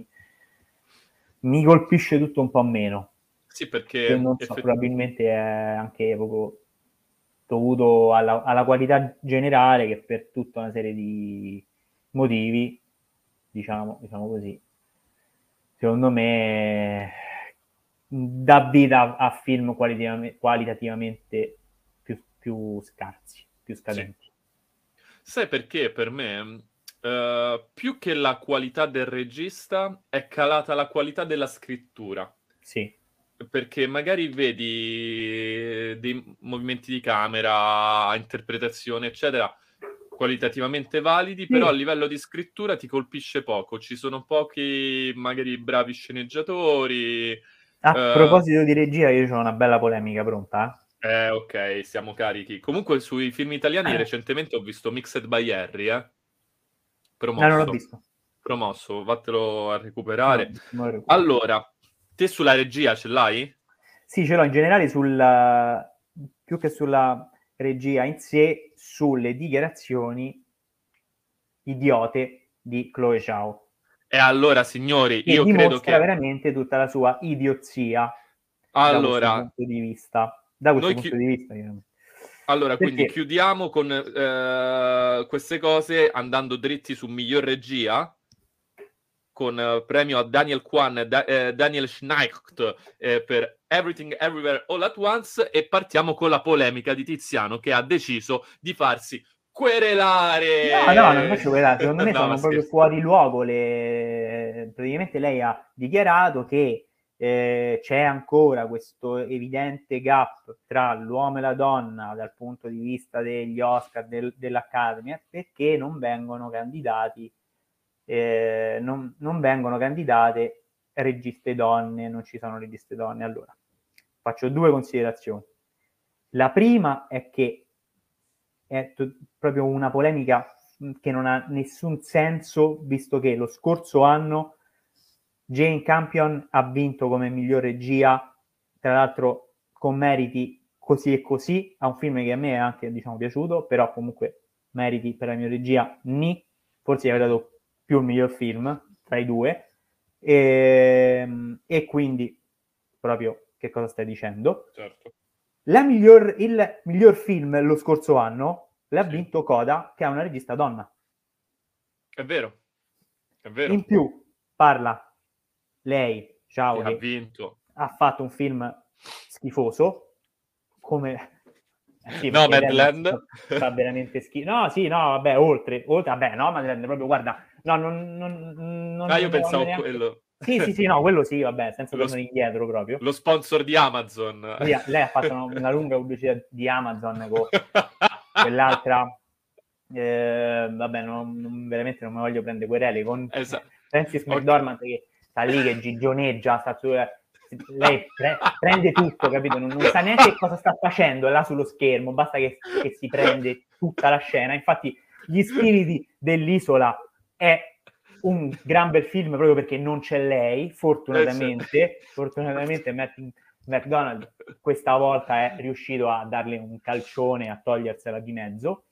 mi colpisce tutto un po' meno. sì, Che perché non so, probabilmente è anche proprio dovuto alla qualità generale che per tutta una serie di motivi, diciamo così, secondo me dà vita a film qualitativamente più scarsi, più sì. scadenti. Sai perché per me più che la qualità del regista è calata la qualità della scrittura. Sì. Perché magari vedi dei movimenti di camera, interpretazione, eccetera, qualitativamente validi, però a Sì. livello di scrittura ti colpisce poco. Ci sono pochi, magari bravi sceneggiatori. A proposito di regia, io ho una bella polemica pronta. Ok, siamo carichi. Comunque sui film italiani recentemente ho visto Mixed by Harry, Non l'ho promosso. visto. Promosso, vattelo a Non l'ho recuperare. visto, me lo recupero. Allora, te sulla regia ce l'hai? Sì, ce l'ho in generale più che sulla regia in sé, sulle dichiarazioni idiote di Chloe Zhao, E allora, signori, che io credo dimostra che... veramente tutta la sua idiozia da questo Allora, punto di vista. Da questo noi punto di vista, chiaramente. allora, quindi Perché? chiudiamo con queste cose andando dritti su miglior regia, con premio a Daniel Kwan e Daniel Schnecht per Everything Everywhere All at Once, e partiamo con la polemica di Tiziano che ha deciso di farsi No, non querelare. faccio quella. Secondo me No, ma sono proprio scherzo. fuori luogo. Praticamente lei ha dichiarato che c'è ancora questo evidente gap tra l'uomo e la donna dal punto di vista degli Oscar, dell'Academy, perché non vengono candidati, non vengono candidate registe donne, non ci sono registe donne. Allora, faccio due considerazioni. La prima è che è proprio una polemica che non ha nessun senso, visto che lo scorso anno Jane Campion ha vinto come miglior regia, tra l'altro con meriti così e così, a un film che a me è anche, diciamo, piaciuto, però comunque meriti per la mia regia forse gli avrei dato più il miglior film tra i due, e quindi proprio che cosa stai dicendo? Certo. Il miglior film lo scorso anno l'ha Sì. vinto Coda, che è una regista donna. È vero, è vero. In più parla lei, Che ciao, ha che vinto. ha fatto un film schifoso, come... sì, perché Nomadland. fa veramente schifo. No, sì, no, vabbè, oltre vabbè, no, ma proprio, guarda, no, Ah, io ne voglio pensavo neanche... quello. Sì, no, quello sì, vabbè, senza Lo, tornare indietro proprio. lo sponsor di Amazon. Lei ha fatto una lunga pubblicità di Amazon con quell'altra, vabbè, veramente non mi voglio prendere querele, con Esatto. Frances McDormand che sta lì, che gigioneggia, lei prende tutto, capito? Non sa neanche cosa sta facendo là sullo schermo, basta che si prende tutta la scena. Infatti Gli spiriti dell'isola è un gran bel film proprio perché non c'è lei, fortunatamente Matt McDonald questa volta è riuscito a darle un calcione, a togliersela di mezzo,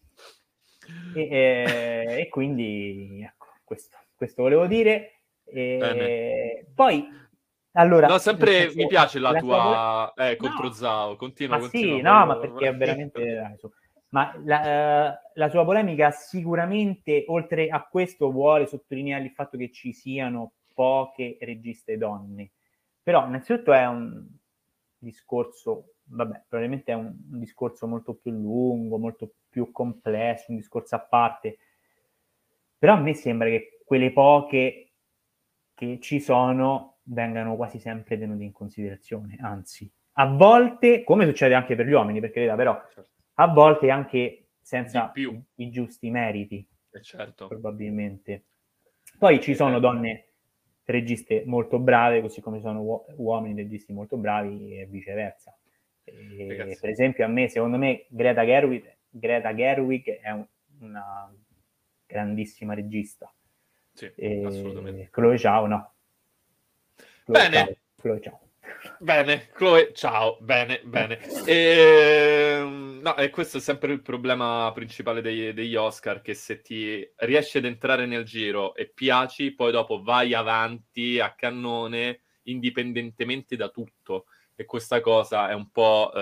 e quindi ecco, questo volevo dire. Poi allora, no, sempre mi piace la tua contro no, Zhao, continua. sì, no, ma perché è veramente ma la sua polemica sicuramente, oltre a questo, vuole sottolineare il fatto che ci siano poche registe donne. Però innanzitutto è un discorso, vabbè, probabilmente è un discorso molto più lungo, molto più complesso, un discorso a parte. Però a me sembra che quelle poche che ci sono vengano quasi sempre tenute in considerazione, anzi, a volte, come succede anche per gli uomini, perché però a volte anche senza i giusti meriti, certo. probabilmente. Poi ci sono donne registe molto brave, così come sono uomini registi molto bravi e viceversa. Per esempio, secondo me, Greta Gerwig è una grandissima regista. Sì, assolutamente. Chloe Zhao no. Bene. Chloe Zhao. Bene, Chloe, ciao, bene. No, e questo è sempre il problema principale degli Oscar, che se ti riesci ad entrare nel giro e piaci, poi dopo vai avanti a cannone indipendentemente da tutto. E questa cosa è un po'...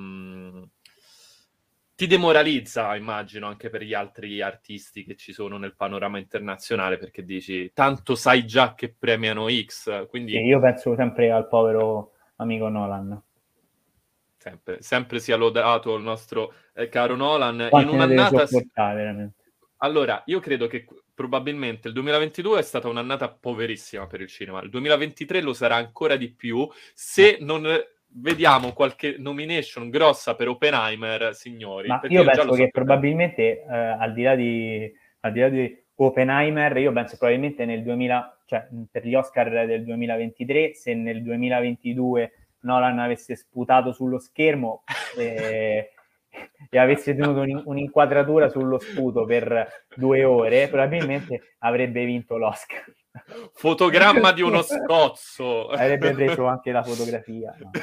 ti demoralizza, immagino, anche per gli altri artisti che ci sono nel panorama internazionale, perché dici, tanto sai già che premiano X, quindi... Sì, io penso sempre al povero amico Nolan. Sempre sia lodato il nostro caro Nolan. Quanti in un'annata veramente. Allora, io credo che probabilmente il 2022 è stata un'annata poverissima per il cinema. Il 2023 lo sarà ancora di più se non vediamo qualche nomination grossa per Oppenheimer, signori. Ma io penso che probabilmente al di là di Oppenheimer, io penso probabilmente nel 2000, cioè per gli Oscar del 2023, se nel 2022 Nolan avesse sputato sullo schermo e avesse tenuto un'inquadratura sullo sputo per 2 ore, probabilmente avrebbe vinto l'Oscar. Fotogramma di uno scozzo. Avrebbe preso anche la fotografia. No?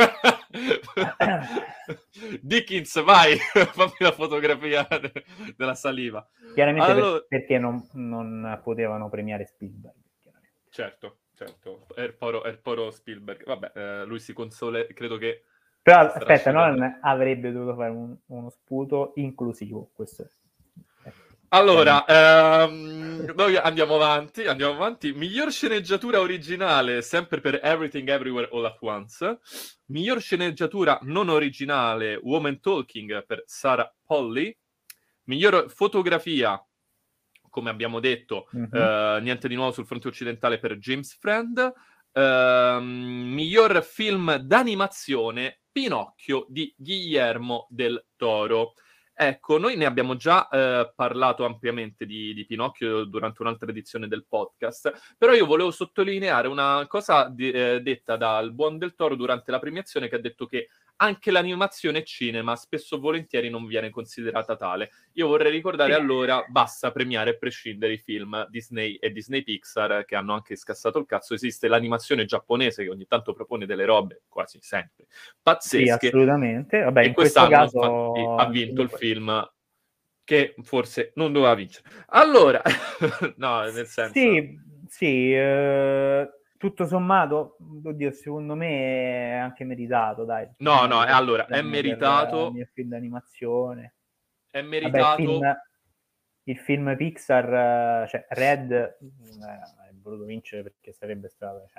Dickens, vai, fammi la fotografia della saliva. Chiaramente allora... perché non potevano premiare Spielberg. Certo, è il poro Spielberg. Vabbè, lui si consola, credo che... Però aspetta, Nolan avrebbe dovuto fare uno sputo inclusivo, questo è. Allora, noi andiamo avanti. Miglior sceneggiatura originale, sempre per Everything Everywhere All at Once. Miglior sceneggiatura non originale, Woman Talking, per Sarah Polley. Miglior fotografia, come abbiamo detto, niente di nuovo sul fronte occidentale, per James Friend. Miglior film d'animazione, Pinocchio, di Guillermo del Toro. Ecco, noi ne abbiamo già parlato ampiamente di Pinocchio durante un'altra edizione del podcast, però io volevo sottolineare una cosa detta dal buon Del Toro durante la premiazione, che ha detto che anche l'animazione cinema spesso e volentieri non viene considerata tale. Io vorrei ricordare allora, basta premiare a prescindere i film Disney e Disney Pixar, che hanno anche scassato il cazzo. Esiste l'animazione giapponese che ogni tanto propone delle robe, quasi sempre, pazzesche. Sì, assolutamente. Vabbè, e in questo caso infatti, ha vinto il film che forse non doveva vincere. Allora, no, nel senso... Sì, tutto sommato, oddio, secondo me è anche meritato, dai. No, allora, è meritato. Il film d'animazione. È meritato. Vabbè, il film Pixar, cioè Red, è voluto vincere perché sarebbe stato...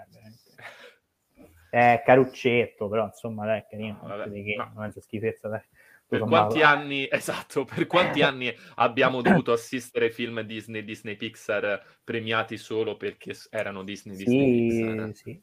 È caruccetto, però insomma, dai, è carino. Non è schifezza, dai. Per quanti anni abbiamo dovuto assistere ai film Disney Pixar premiati solo perché erano Disney Pixar? Sì.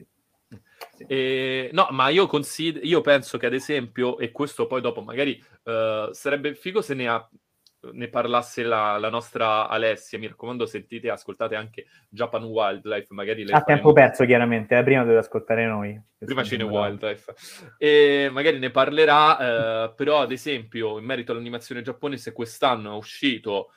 No, ma io penso che ad esempio, e questo poi dopo magari sarebbe figo se ne ne parlasse la nostra Alessia. Mi raccomando, sentite e ascoltate anche Japan Wildlife, magari le A tempo faremo... perso, chiaramente, prima dovete ascoltare noi. Prima Cine Wildlife. E magari ne parlerà, però ad esempio in merito all'animazione giapponese quest'anno è uscito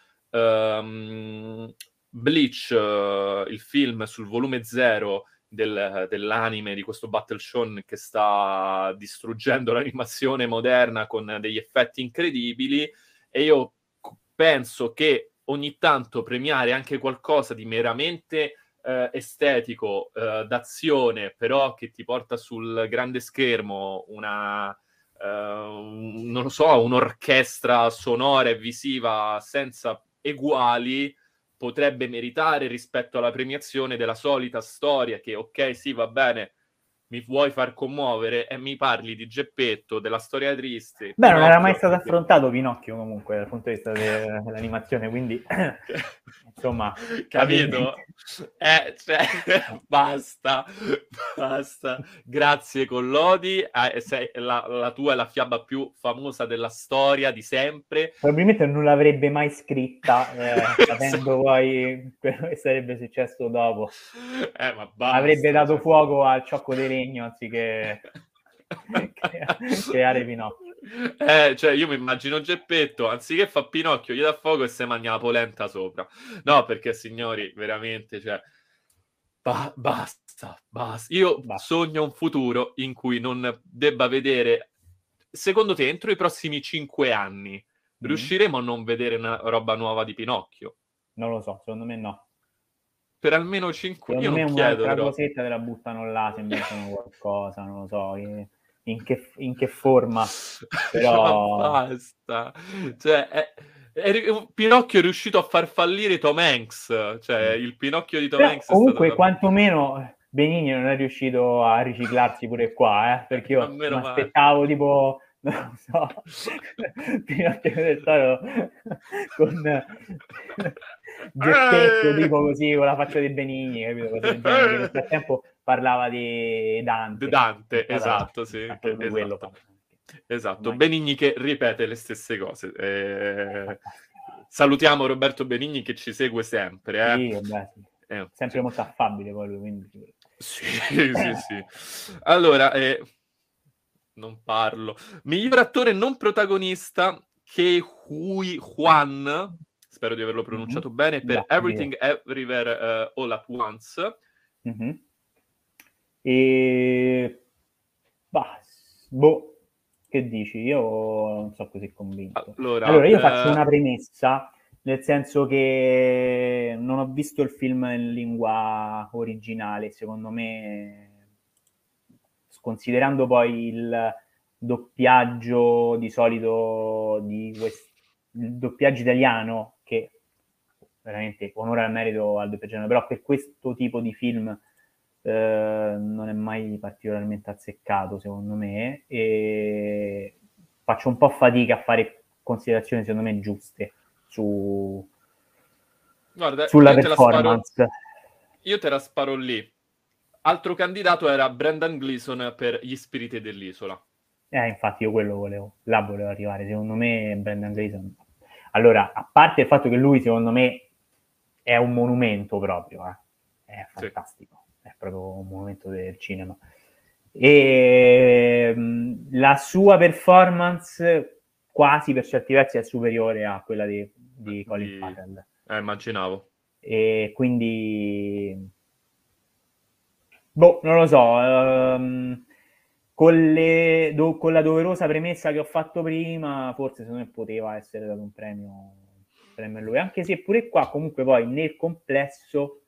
Bleach, il film sul volume 0 dell'anime di questo Battle Shonen che sta distruggendo l'animazione moderna con degli effetti incredibili, e io penso che ogni tanto premiare anche qualcosa di meramente estetico, d'azione, però che ti porta sul grande schermo non lo so, un'orchestra sonora e visiva senza eguali, potrebbe meritare rispetto alla premiazione della solita storia che, ok, sì, va bene, mi vuoi far commuovere e mi parli di Geppetto, della storia triste. Beh, non era mai Pinocchio, stato affrontato Pinocchio comunque dal punto di vista dell'animazione, quindi insomma, capito? Cioè, basta. Grazie Collodi, la tua è la fiaba più famosa della storia di sempre. Probabilmente non l'avrebbe mai scritta, sapendo poi quello che sarebbe successo dopo. Ma basta, avrebbe dato cioè... fuoco al ciocco di legno anziché creare Pinocchio. Cioè io mi immagino Geppetto, anziché fa Pinocchio, gli dà fuoco e se mangia la polenta sopra. No, perché signori, veramente, cioè, basta. Io sogno un futuro in cui non debba vedere, secondo te, entro i prossimi 5 anni, riusciremo a non vedere una roba nuova di Pinocchio? Non lo so, secondo me no. Per almeno 5... Secondo Io me non chiedo, un'altra però... cosetta te la buttano là, se inventano qualcosa, non lo so, in che forma, però... Ma basta. Cioè, Pinocchio è riuscito a far fallire Tom Hanks. Cioè, il Pinocchio di Tom Però, Hanks è stato... comunque, quantomeno Benigni non è riuscito a riciclarsi pure qua, perché io mi meno male. aspettavo tipo, non lo so, Pinocchio del Toro con Geppetto, tipo così, con la faccia di Benigni, capito? Cose del genere, che nel frattempo parlava di Dante. Dante, esatto, sì. Quello Esatto. parla. Esatto, Benigni che ripete le stesse cose. Salutiamo Roberto Benigni che ci segue sempre. Sì, vabbè, sì. Sempre molto affabile poi lui, quindi... Sì. Allora, non parlo. Miglior attore non protagonista, Ke Huy Kwan, spero di averlo pronunciato bene, per Everything Everywhere All at Once. E... che dici? Io non sono così convinto. Allora io faccio una premessa, nel senso che non ho visto il film in lingua originale, secondo me, considerando poi il doppiaggio di solito il doppiaggio italiano, che veramente onore al merito al doppiaggio, però per questo tipo di film non è mai particolarmente azzeccato, secondo me, e faccio un po' fatica a fare considerazioni, secondo me, giuste sulla performance. Io te la sparo lì. Altro candidato era Brendan Gleeson per Gli spiriti dell'isola. Infatti io quello volevo arrivare, secondo me Brendan Gleeson. Allora, a parte il fatto che lui, secondo me, è un monumento proprio, è fantastico. Sì. È proprio un monumento del cinema. E la sua performance quasi per certi versi è superiore a quella di Colin Farrell. Immaginavo. E quindi non lo so, con la doverosa premessa che ho fatto prima, forse secondo me poteva essere dato un premio a lui, anche se pure qua comunque poi nel complesso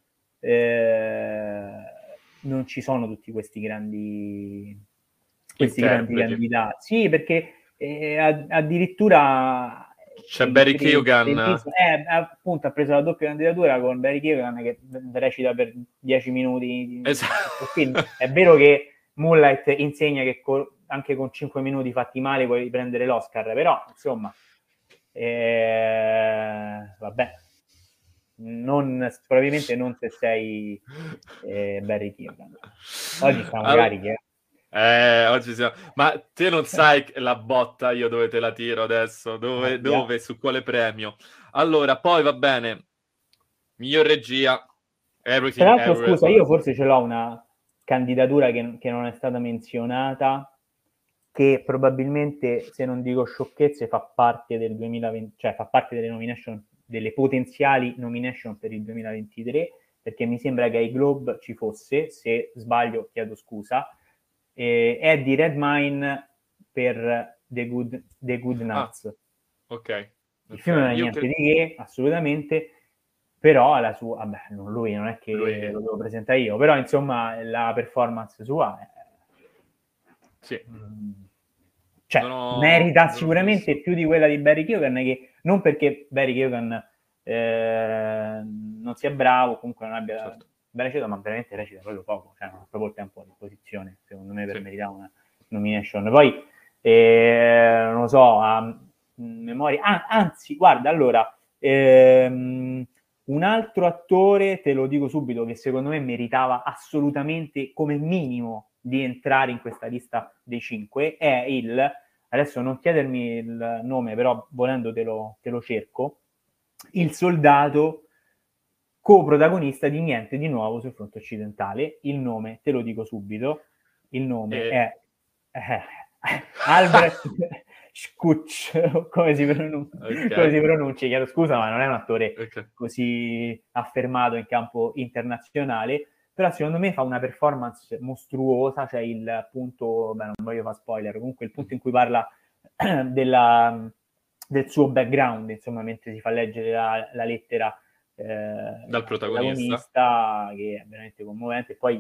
non ci sono tutti questi grandi candidati. Sì, perché addirittura c'è Barry Keoghan, appunto ha preso la doppia candidatura con Barry Keoghan che recita per 10 minuti. Esatto. È vero che Moonlight insegna che anche con 5 minuti fatti male puoi prendere l'Oscar, però insomma vabbè, probabilmente non se sei Barry Keoghan. Oggi siamo carichi, Oggi siamo... Ma te non sai la botta io dove te la tiro adesso? Dove, Yeah. dove? Su quale premio? Allora, poi va bene. Miglior regia. Tra Everything, l'altro, Everywhere, scusa, All io at forse Once. ce l'ho una candidatura che non è stata menzionata, che probabilmente, se non dico sciocchezze, fa parte del 2020, cioè fa parte delle nomination, delle potenziali nomination per il 2023, perché mi sembra che ai Globe ci fosse, se sbaglio chiedo scusa, è di Redmayne per The Good Ah, Nuts. ok. Il film Ok. non è Io niente credo... di che, assolutamente, però la sua, vabbè, lui non è che Lui... lo devo presentare io, però insomma la performance sua è, Sì. cioè merita Non ho sicuramente visto. più di quella di Barry Keoghan, che non perché Barry Keoghan non sia bravo, comunque non abbia Certo. ben recitato, ma veramente recita proprio poco, cioè non ha proprio il tempo a disposizione, secondo me, per Sì. meritare una nomination. Poi, non lo so, a memoria, anzi, guarda, allora, un altro attore, te lo dico subito, che secondo me meritava assolutamente come minimo di entrare in questa lista dei 5, è adesso non chiedermi il nome, però volendo te lo cerco, il soldato coprotagonista di Niente di nuovo sul fronte occidentale. Il nome, te lo dico subito, il nome E... è Albrecht Skutsch, come si Ok. pronuncia, chiedo scusa, ma non è un attore Ok. così affermato in campo internazionale, però secondo me fa una performance mostruosa, cioè il punto, beh, non voglio fare spoiler, comunque il punto in cui parla della, del suo background, insomma, mentre si fa leggere la lettera Dal al protagonista. protagonista, che è veramente commovente. Poi,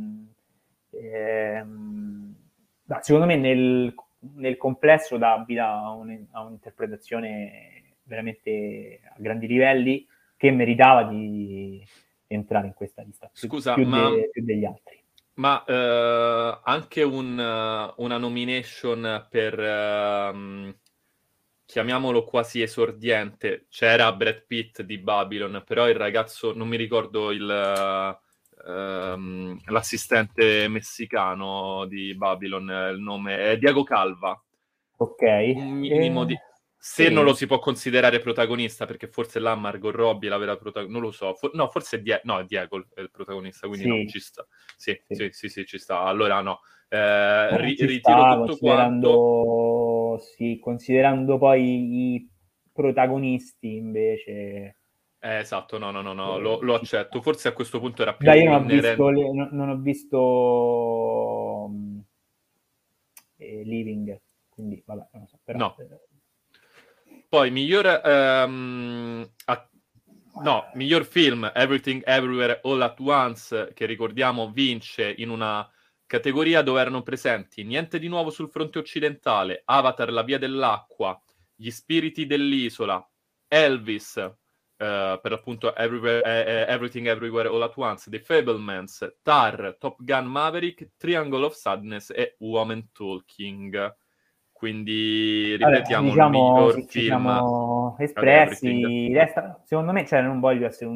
secondo me, nel complesso dà vita a un'interpretazione veramente a grandi livelli, che meritava di entrare in questa lista Scusa, ma... più degli altri. Ma anche una nomination per, chiamiamolo quasi esordiente, c'era Brad Pitt di Babylon, però il ragazzo, non mi ricordo l'assistente messicano di Babylon, il nome è Diego Calva. Ok, Un minimo di... Se non lo sì, si può considerare protagonista, perché forse là Margot Robbie la vera protagonista, non lo so, no, forse no, è Diego il protagonista, quindi no, sì, ci sta. Sì, sì. sì, sì, sì, ci sta. Allora no, Ci ritiro sta, tutto quanto. considerando, sì, considerando poi i protagonisti invece, Esatto, no, no, no, no, lo ci sta. accetto. Forse a questo punto era Dai, io più inerente. non ho visto Living, quindi vabbè, non lo so, però No. Poi, miglior film, Everything Everywhere All at Once, che ricordiamo vince in una categoria dove erano presenti Niente di nuovo sul fronte occidentale, Avatar, La via dell'acqua, Gli spiriti dell'isola, Elvis, per l'appunto Everything Everywhere All at Once, The Fablemans, Tar, Top Gun Maverick, Triangle of Sadness e Woman Talking. Quindi vabbè, ripetiamo il diciamo, miglior sì, ci film siamo ad Everything. espressi. Resta, secondo me, cioè, non voglio essere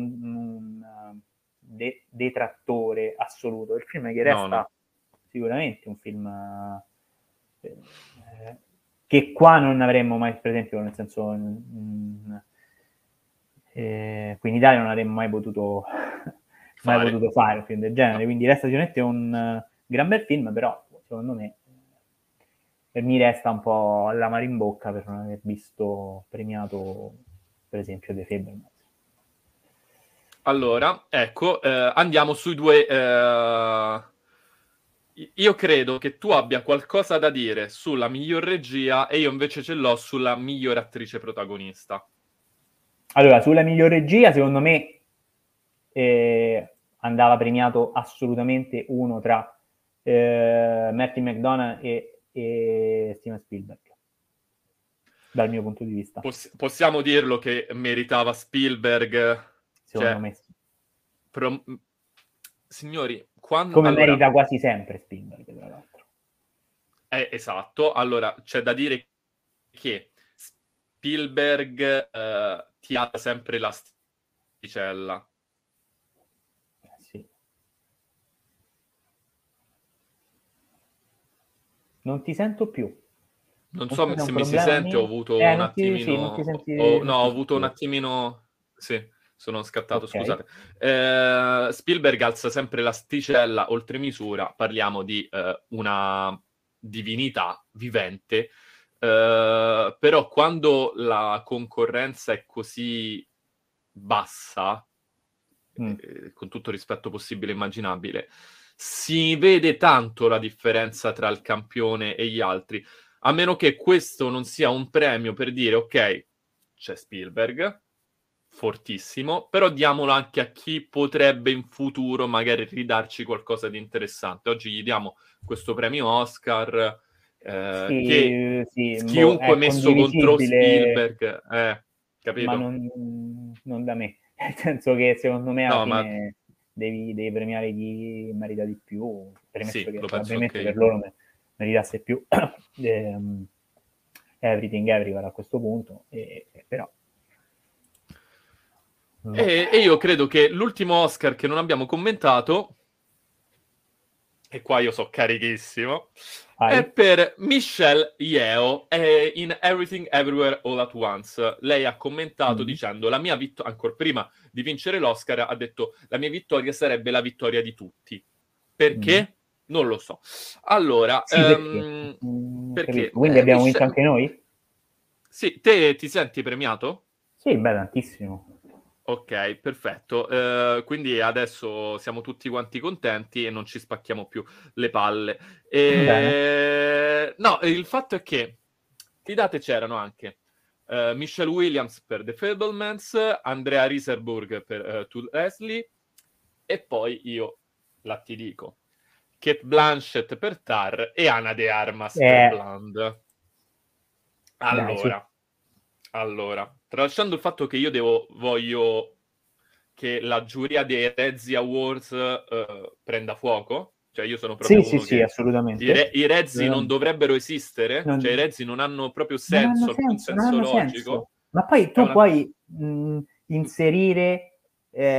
detrattore assoluto. Il film che No, resta no. sicuramente un film che qua non avremmo mai, per esempio, nel senso, qui in Italia non avremmo mai potuto, mai Fare. potuto fare un film del genere. No. Quindi resta sicuramente un gran bel film, però secondo me mi resta un po' l'amaro in bocca per non aver visto premiato, per esempio, The Fablemans. Allora, ecco, andiamo sui due. Io credo che tu abbia qualcosa da dire sulla miglior regia e io invece ce l'ho sulla miglior attrice protagonista. Allora, sulla miglior regia, secondo me andava premiato assolutamente uno tra Matthew McDonagh e Steven Spielberg, dal mio punto di vista. Possiamo dirlo che meritava Spielberg, Secondo cioè, me sì. pro- signori, Come allora, merita quasi sempre Spielberg, tra l'altro. esatto, allora c'è da dire che Spielberg ti ha sempre l'asticella. Sì. Non ti sento più. Non Non so so se è un se mi si problema sente, ho mio. avuto un Non ti, sì, non ti attimino... senti, non no, ho ti avuto un sentivo. attimino... Sì, sono scattato, Ok. scusate. Spielberg alza sempre l'asticella oltre misura, parliamo di una divinità vivente, però quando la concorrenza è così bassa, Mm. con tutto il rispetto possibile e immaginabile, si vede tanto la differenza tra il campione e gli altri, a meno che questo non sia un premio per dire, ok, c'è Spielberg, fortissimo, però diamolo anche a chi potrebbe in futuro magari ridarci qualcosa di interessante. Oggi gli diamo questo premio Oscar, che Sì, sì, boh, chiunque è messo contro condivisibile, Spielberg, ma capito? non da me. Nel senso che secondo me alla No, ma fine devi premiare chi merita di più, premesso sì, che lo penso anche probabilmente per io. loro meritasse più Everything Everywhere a questo punto, però boh. E io credo che l'ultimo Oscar che non abbiamo commentato, e qua io so carichissimo, è Vai. per Michelle Yeoh in Everything Everywhere All at Once. Lei ha commentato Mm. dicendo, la mia vittoria, ancora prima di vincere l'Oscar, ha detto, la mia vittoria sarebbe la vittoria di tutti. Mm. Perché? Non lo so. Allora, Sì, perché? perché Capisco. Quindi abbiamo vinto Michelle... anche noi? Sì, te ti senti premiato? Sì, beh, tantissimo. Ok, perfetto. Quindi adesso siamo tutti quanti contenti e non ci spacchiamo più le palle. Bene. No, il fatto è che di date c'erano anche Michelle Williams per The Fabelmans, Andrea Riseborough per To Leslie e poi io ti dico Cate Blanchett per Tar e Ana de Armas per Eh, Blonde. dai, su. Allora, tralasciando il fatto che voglio che la giuria dei Razzie Awards prenda fuoco, cioè io sono Sì, proprio sì, uno sì, che assolutamente. i Razzie non Assolutamente. dovrebbero esistere, cioè i Non, Razzie non hanno proprio non hanno senso, alcun senso, non senso hanno logico. senso. Ma poi È tu una... puoi inserire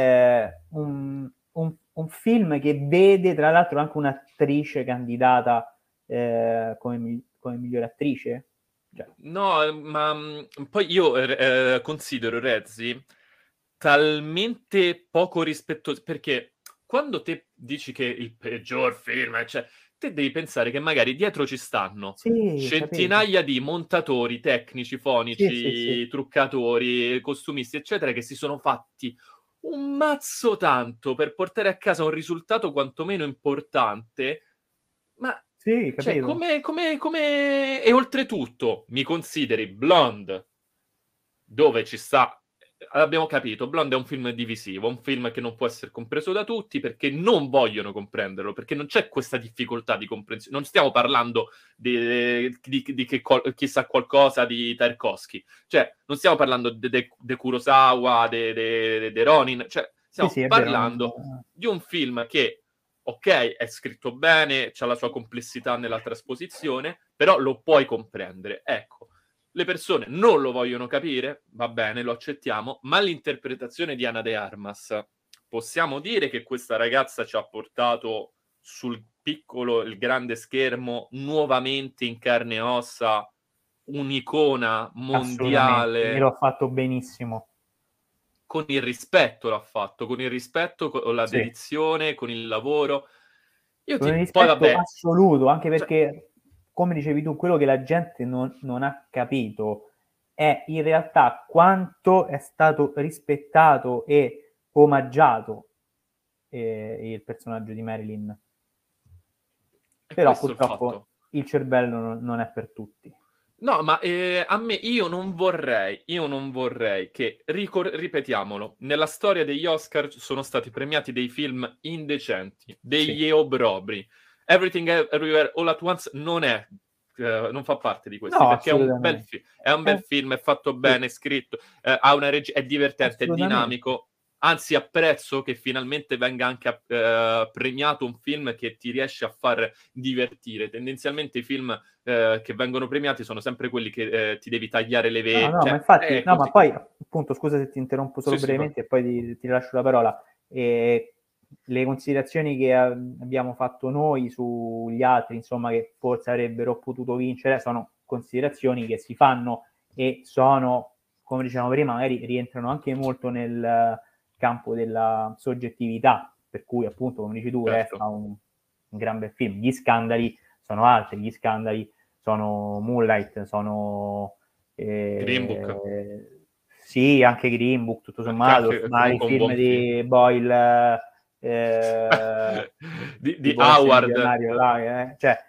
un film che vede, tra l'altro, anche un'attrice candidata come migliore attrice? Cioè, No, ma poi io considero Rezzi talmente poco rispettoso, perché quando te dici che il peggior film, cioè, te devi pensare che magari dietro ci stanno sì, capito. centinaia di montatori, tecnici, Sì, sì, sì. fonici, truccatori, costumisti, eccetera, che si sono fatti un mazzo tanto per portare a casa un risultato quantomeno importante, ma Sì, cioè, capito. come... E oltretutto, mi consideri Blonde, dove ci sta... Abbiamo capito, Blonde è un film divisivo, un film che non può essere compreso da tutti perché non vogliono comprenderlo, perché non c'è questa difficoltà di comprensione. Non stiamo parlando di che chissà qualcosa di Tarkovsky, cioè non stiamo parlando di Kurosawa, di Ronin, cioè Sì, stiamo sì, è vero. parlando di un film che, ok, è scritto bene, c'ha la sua complessità nella trasposizione, però lo puoi comprendere. Ecco, le persone non lo vogliono capire, va bene, lo accettiamo, ma l'interpretazione di Ana de Armas, possiamo dire che questa ragazza ci ha portato sul piccolo, il grande schermo, nuovamente in carne e ossa, un'icona Assolutamente, e mondiale, lo ha fatto benissimo. con il rispetto l'ha fatto, con il rispetto, con la Sì. dedizione, con il lavoro. Con un Poi rispetto vabbè, assoluto, anche cioè, perché, come dicevi tu, quello che la gente non ha capito è in realtà quanto è stato rispettato e omaggiato il personaggio di Marilyn. è Però questo il purtroppo fatto. il cervello non è per tutti. No, ma a me io non vorrei che, ripetiamolo, nella storia degli Oscar sono stati premiati dei film indecenti, Sì, degli obrobri. Everything Everywhere All at Once non fa parte di questi, no, perché assolutamente. è un bel film, è fatto Sì, bene, è scritto, ha una è divertente, è assolutamente. dinamico. Anzi, apprezzo che finalmente venga anche premiato un film che ti riesce a far divertire. Tendenzialmente i film che vengono premiati sono sempre quelli che ti devi tagliare le No, vene, no, ma cioè infatti, è no, ma così. poi, appunto, scusa se ti interrompo solo Sì, sì, brevemente e poi ti lascio la parola. le considerazioni che abbiamo fatto noi sugli altri, insomma, che forse avrebbero potuto vincere, sono considerazioni che si fanno e sono, come dicevamo prima, magari rientrano anche molto nel campo della soggettività, per cui appunto, come dici tu, resta un gran bel film. Gli scandali sono altri, gli scandali sono Moonlight, sono Green Book. sì, anche Green Book, tutto sommato, ma i film di Boyle, di Howard, là, cioè,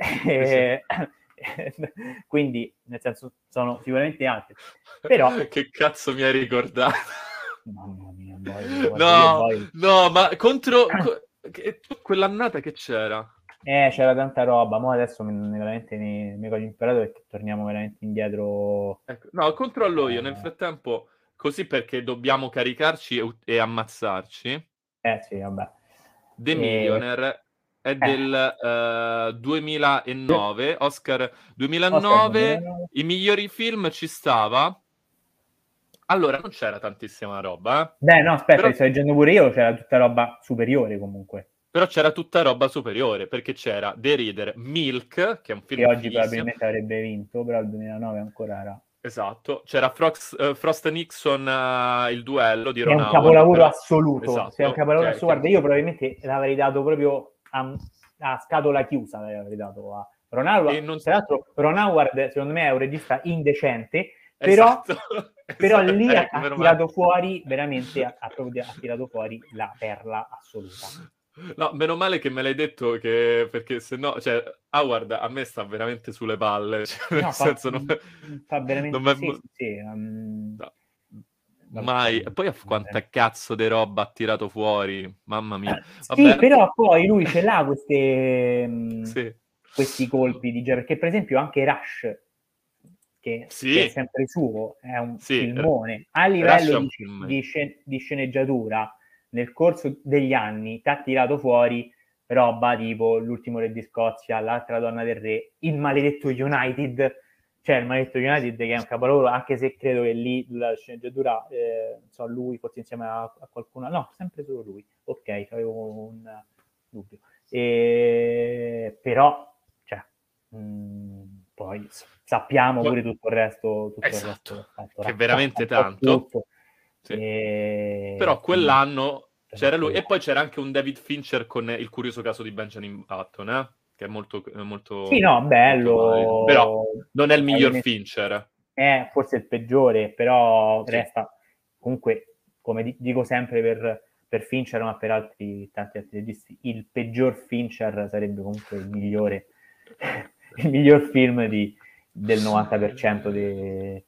quindi nel senso sono sicuramente altri, però che cazzo mi hai ricordato? Mamma mia, Boyle, no, no, ma contro quell'annata che c'era? C'era tanta roba, ma adesso veramente mi voglio imparare perché torniamo veramente indietro. Ecco, no, controllo io nel frattempo, così perché dobbiamo caricarci e ammazzarci. Sì, vabbè. The Millionaire è del 2009, Oscar 2009, i migliori film ci stava. Allora, non c'era tantissima roba. Beh, no, aspetta, però, sto leggendo pure io, c'era tutta roba superiore comunque. Però c'era tutta roba superiore, perché c'era The Reader, Milk, che è un film che oggi fighissimo. Probabilmente avrebbe vinto, però il 2009 ancora era. Esatto, c'era Frost Nixon, il duello di È Ron un Howard. capolavoro Però... assoluto. Esatto, Se è un capolavoro assoluto, guarda, io probabilmente l'avrei dato proprio a scatola chiusa, l'avrei dato a Ron Howard. non... Tra l'altro Ron Howard secondo me è un regista indecente, però, però lì ha tirato fuori veramente ha tirato fuori la perla assoluta. No, meno male che me l'hai detto, perché se no, cioè, Howard a me sta veramente sulle palle, cioè, no, fa veramente no, mai. E poi quanta cazzo di roba ha tirato fuori, mamma mia. Vabbè. Sì, però poi lui ce l'ha sì. questi colpi di genere, perché per esempio anche Rush, che è sempre suo, è un filmone, a livello di sceneggiatura, nel corso degli anni ti ha tirato fuori roba tipo L'ultimo re di Scozia, L'altra donna del re, Il maledetto United, cioè Il maledetto United che è un capolavoro, anche se credo che lì la sceneggiatura, lui forse insieme a qualcuno, no, sempre solo lui, ok, avevo un dubbio, però, cioè, poi sappiamo pure tutto il resto, esatto, che è veramente tanto. Sì. Però quell'anno c'era lui, e poi c'era anche un David Fincher con Il curioso caso di Benjamin Button, che è molto sì, no, bello, molto però non è il miglior Fincher, è forse il peggiore, però resta comunque, come dico sempre per Fincher, ma per tanti altri registi, il peggior Fincher sarebbe comunque il migliore il miglior film del 90% del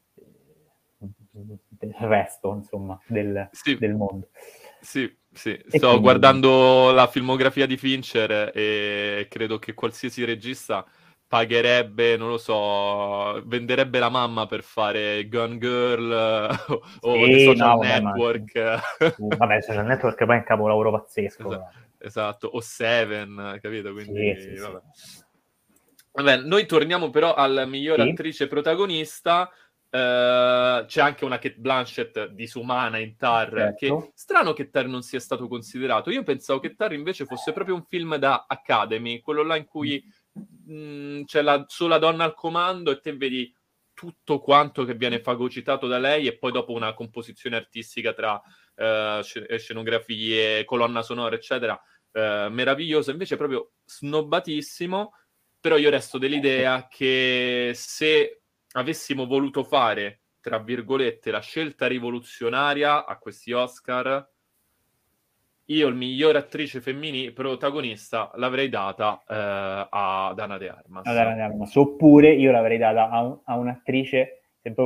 resto, insomma, del mondo. Sì, sto guardando la filmografia di Fincher e credo che qualsiasi regista pagherebbe, non lo so, venderebbe la mamma per fare Gone Girl o The Social Network. Vabbè, Social Network poi è un capolavoro pazzesco. Esatto, o Seven, capito? Quindi, vabbè, noi torniamo però alla miglior attrice protagonista. C'è anche una Cate Blanchett disumana in Tar, che strano che Tar non sia stato considerato. Io pensavo che Tar invece fosse proprio un film da Academy, quello là in cui c'è la sola donna al comando e te vedi tutto quanto che viene fagocitato da lei e poi dopo una composizione artistica tra scenografie, colonna sonora, eccetera, meravigliosa. Invece proprio snobbatissimo. Però io resto dell'idea che se avessimo voluto fare, tra virgolette, la scelta rivoluzionaria a questi Oscar, io il miglior attrice femminile protagonista l'avrei data ad Ana de Armas. Oppure io l'avrei data a un'attrice,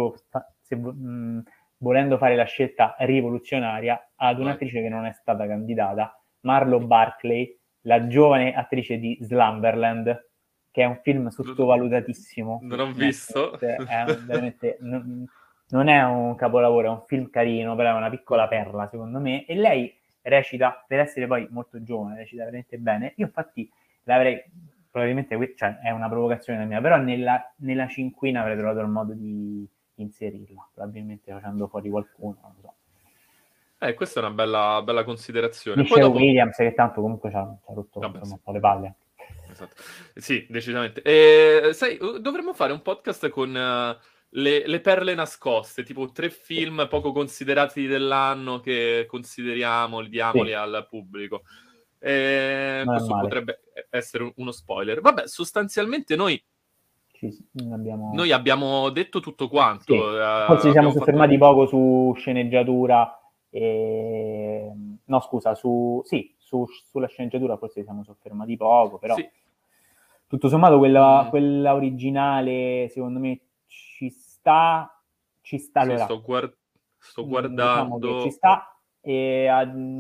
volendo fare la scelta rivoluzionaria, ad un'attrice che non è stata candidata, Marlo Barclay, la giovane attrice di Slumberland, che è un film sottovalutatissimo. Non ho visto. È veramente, non è un capolavoro, è un film carino, però è una piccola perla, secondo me. E lei recita, per essere poi molto giovane, recita veramente bene. Io infatti l'avrei, probabilmente, cioè è una provocazione mia, però nella cinquina avrei trovato il modo di inserirla, probabilmente facendo fuori qualcuno, non lo so. Questa è una bella considerazione. Poi Michelle dopo... Williams, che tanto comunque ci ha rotto Vabbè, insomma, sì. un po' le palle. Esatto. Sì, decisamente. Sai, dovremmo fare un podcast con le perle nascoste, tipo 3 film poco considerati dell'anno che consideriamo, li diamoli Sì, al pubblico. non è Questo male. potrebbe essere uno spoiler. Vabbè, sostanzialmente noi abbiamo detto tutto quanto. Sì. Forse ci siamo Abbiamo soffermati fatto... poco su sceneggiatura. No, scusa, sulla sceneggiatura forse ci siamo soffermati poco, però Sì. tutto sommato quella originale secondo me ci sta allora, sto diciamo che ci guardando... sta, e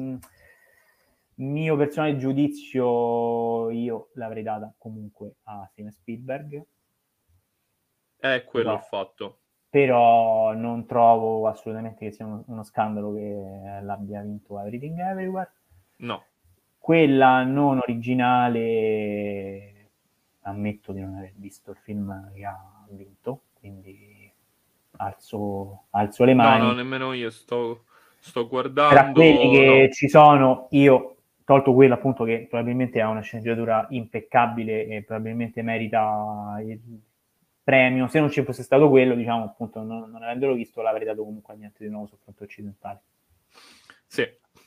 mio personale giudizio io l'avrei data comunque a Steven Spielberg. È quello il fatto. Però non trovo assolutamente che sia uno scandalo che l'abbia vinto Everything Everywhere. No. Quella non originale, ammetto di non aver visto il film che ha vinto, quindi alzo le mani. No, nemmeno io sto guardando. Tra quelli che ci sono, io tolto quello appunto che probabilmente ha una sceneggiatura impeccabile e probabilmente merita il premio, se non ci fosse stato quello, diciamo appunto, non avendolo visto l'avrei dato comunque a Niente di nuovo sul fronte occidentale. Sì.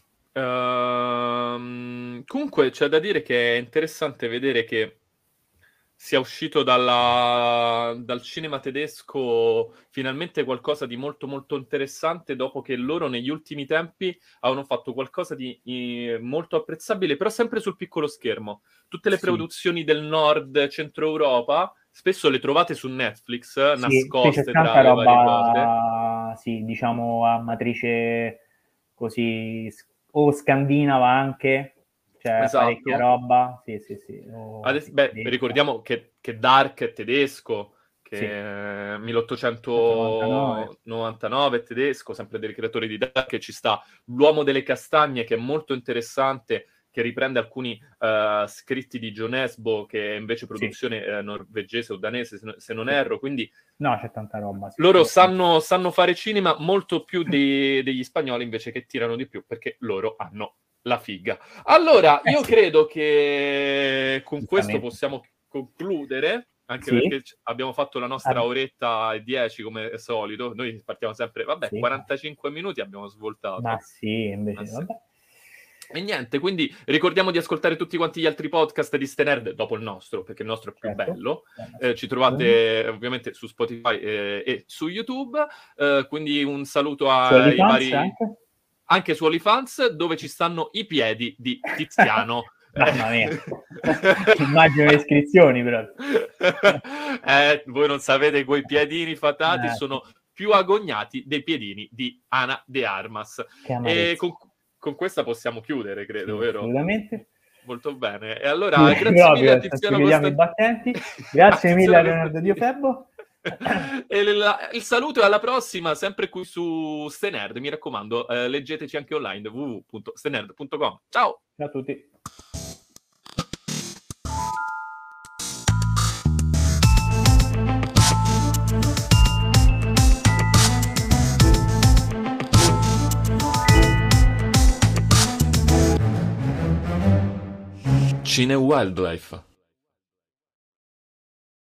Comunque c'è da dire che è interessante vedere che sia uscito dal cinema tedesco finalmente qualcosa di molto molto interessante, dopo che loro negli ultimi tempi avevano fatto qualcosa di molto apprezzabile, però sempre sul piccolo schermo. Tutte le produzioni del nord, centro Europa, spesso le trovate su Netflix, nascoste tra le varie cose. Sì, diciamo a matrice così, o scandinava anche, cioè parecchia roba. Sì. Ricordiamo che Dark è tedesco, che 1899 è tedesco, sempre dei creatori di Dark, e ci sta L'Uomo delle Castagne, che è molto interessante, che riprende alcuni scritti di John Esbo, che è invece produzione norvegese o danese, se non erro, quindi no, c'è tanta roba. Sì, loro sanno fare cinema molto più degli spagnoli, invece, che tirano di più, perché loro hanno la figa. Allora, io credo che con questo possiamo concludere, anche perché abbiamo fatto la nostra oretta e 10 come è solito. Noi partiamo sempre, 45 minuti abbiamo svoltato. Ma sì, invece vabbè. E niente, quindi ricordiamo di ascoltare tutti quanti gli altri podcast di Ste Nerd dopo il nostro, perché il nostro è più bello. Ci trovate ovviamente su Spotify e su YouTube, quindi un saluto ai vari... Anche su OnlyFans, dove ci stanno i piedi di Tiziano. Mamma mia. Immagino le iscrizioni, però. Voi non sapete, quei piedini fatati sono più agognati dei piedini di Ana De Armas. E con questa possiamo chiudere, credo, vero? Assolutamente. Molto bene. E allora, grazie mille a Tiziano Costantino. Grazie mille a Leonardo Diofebbo. E il saluto e alla prossima, sempre qui su Ste Nerd. Mi raccomando, leggeteci anche online, www.stenerd.com. Ciao! Ciao a tutti. Cine Wildlife.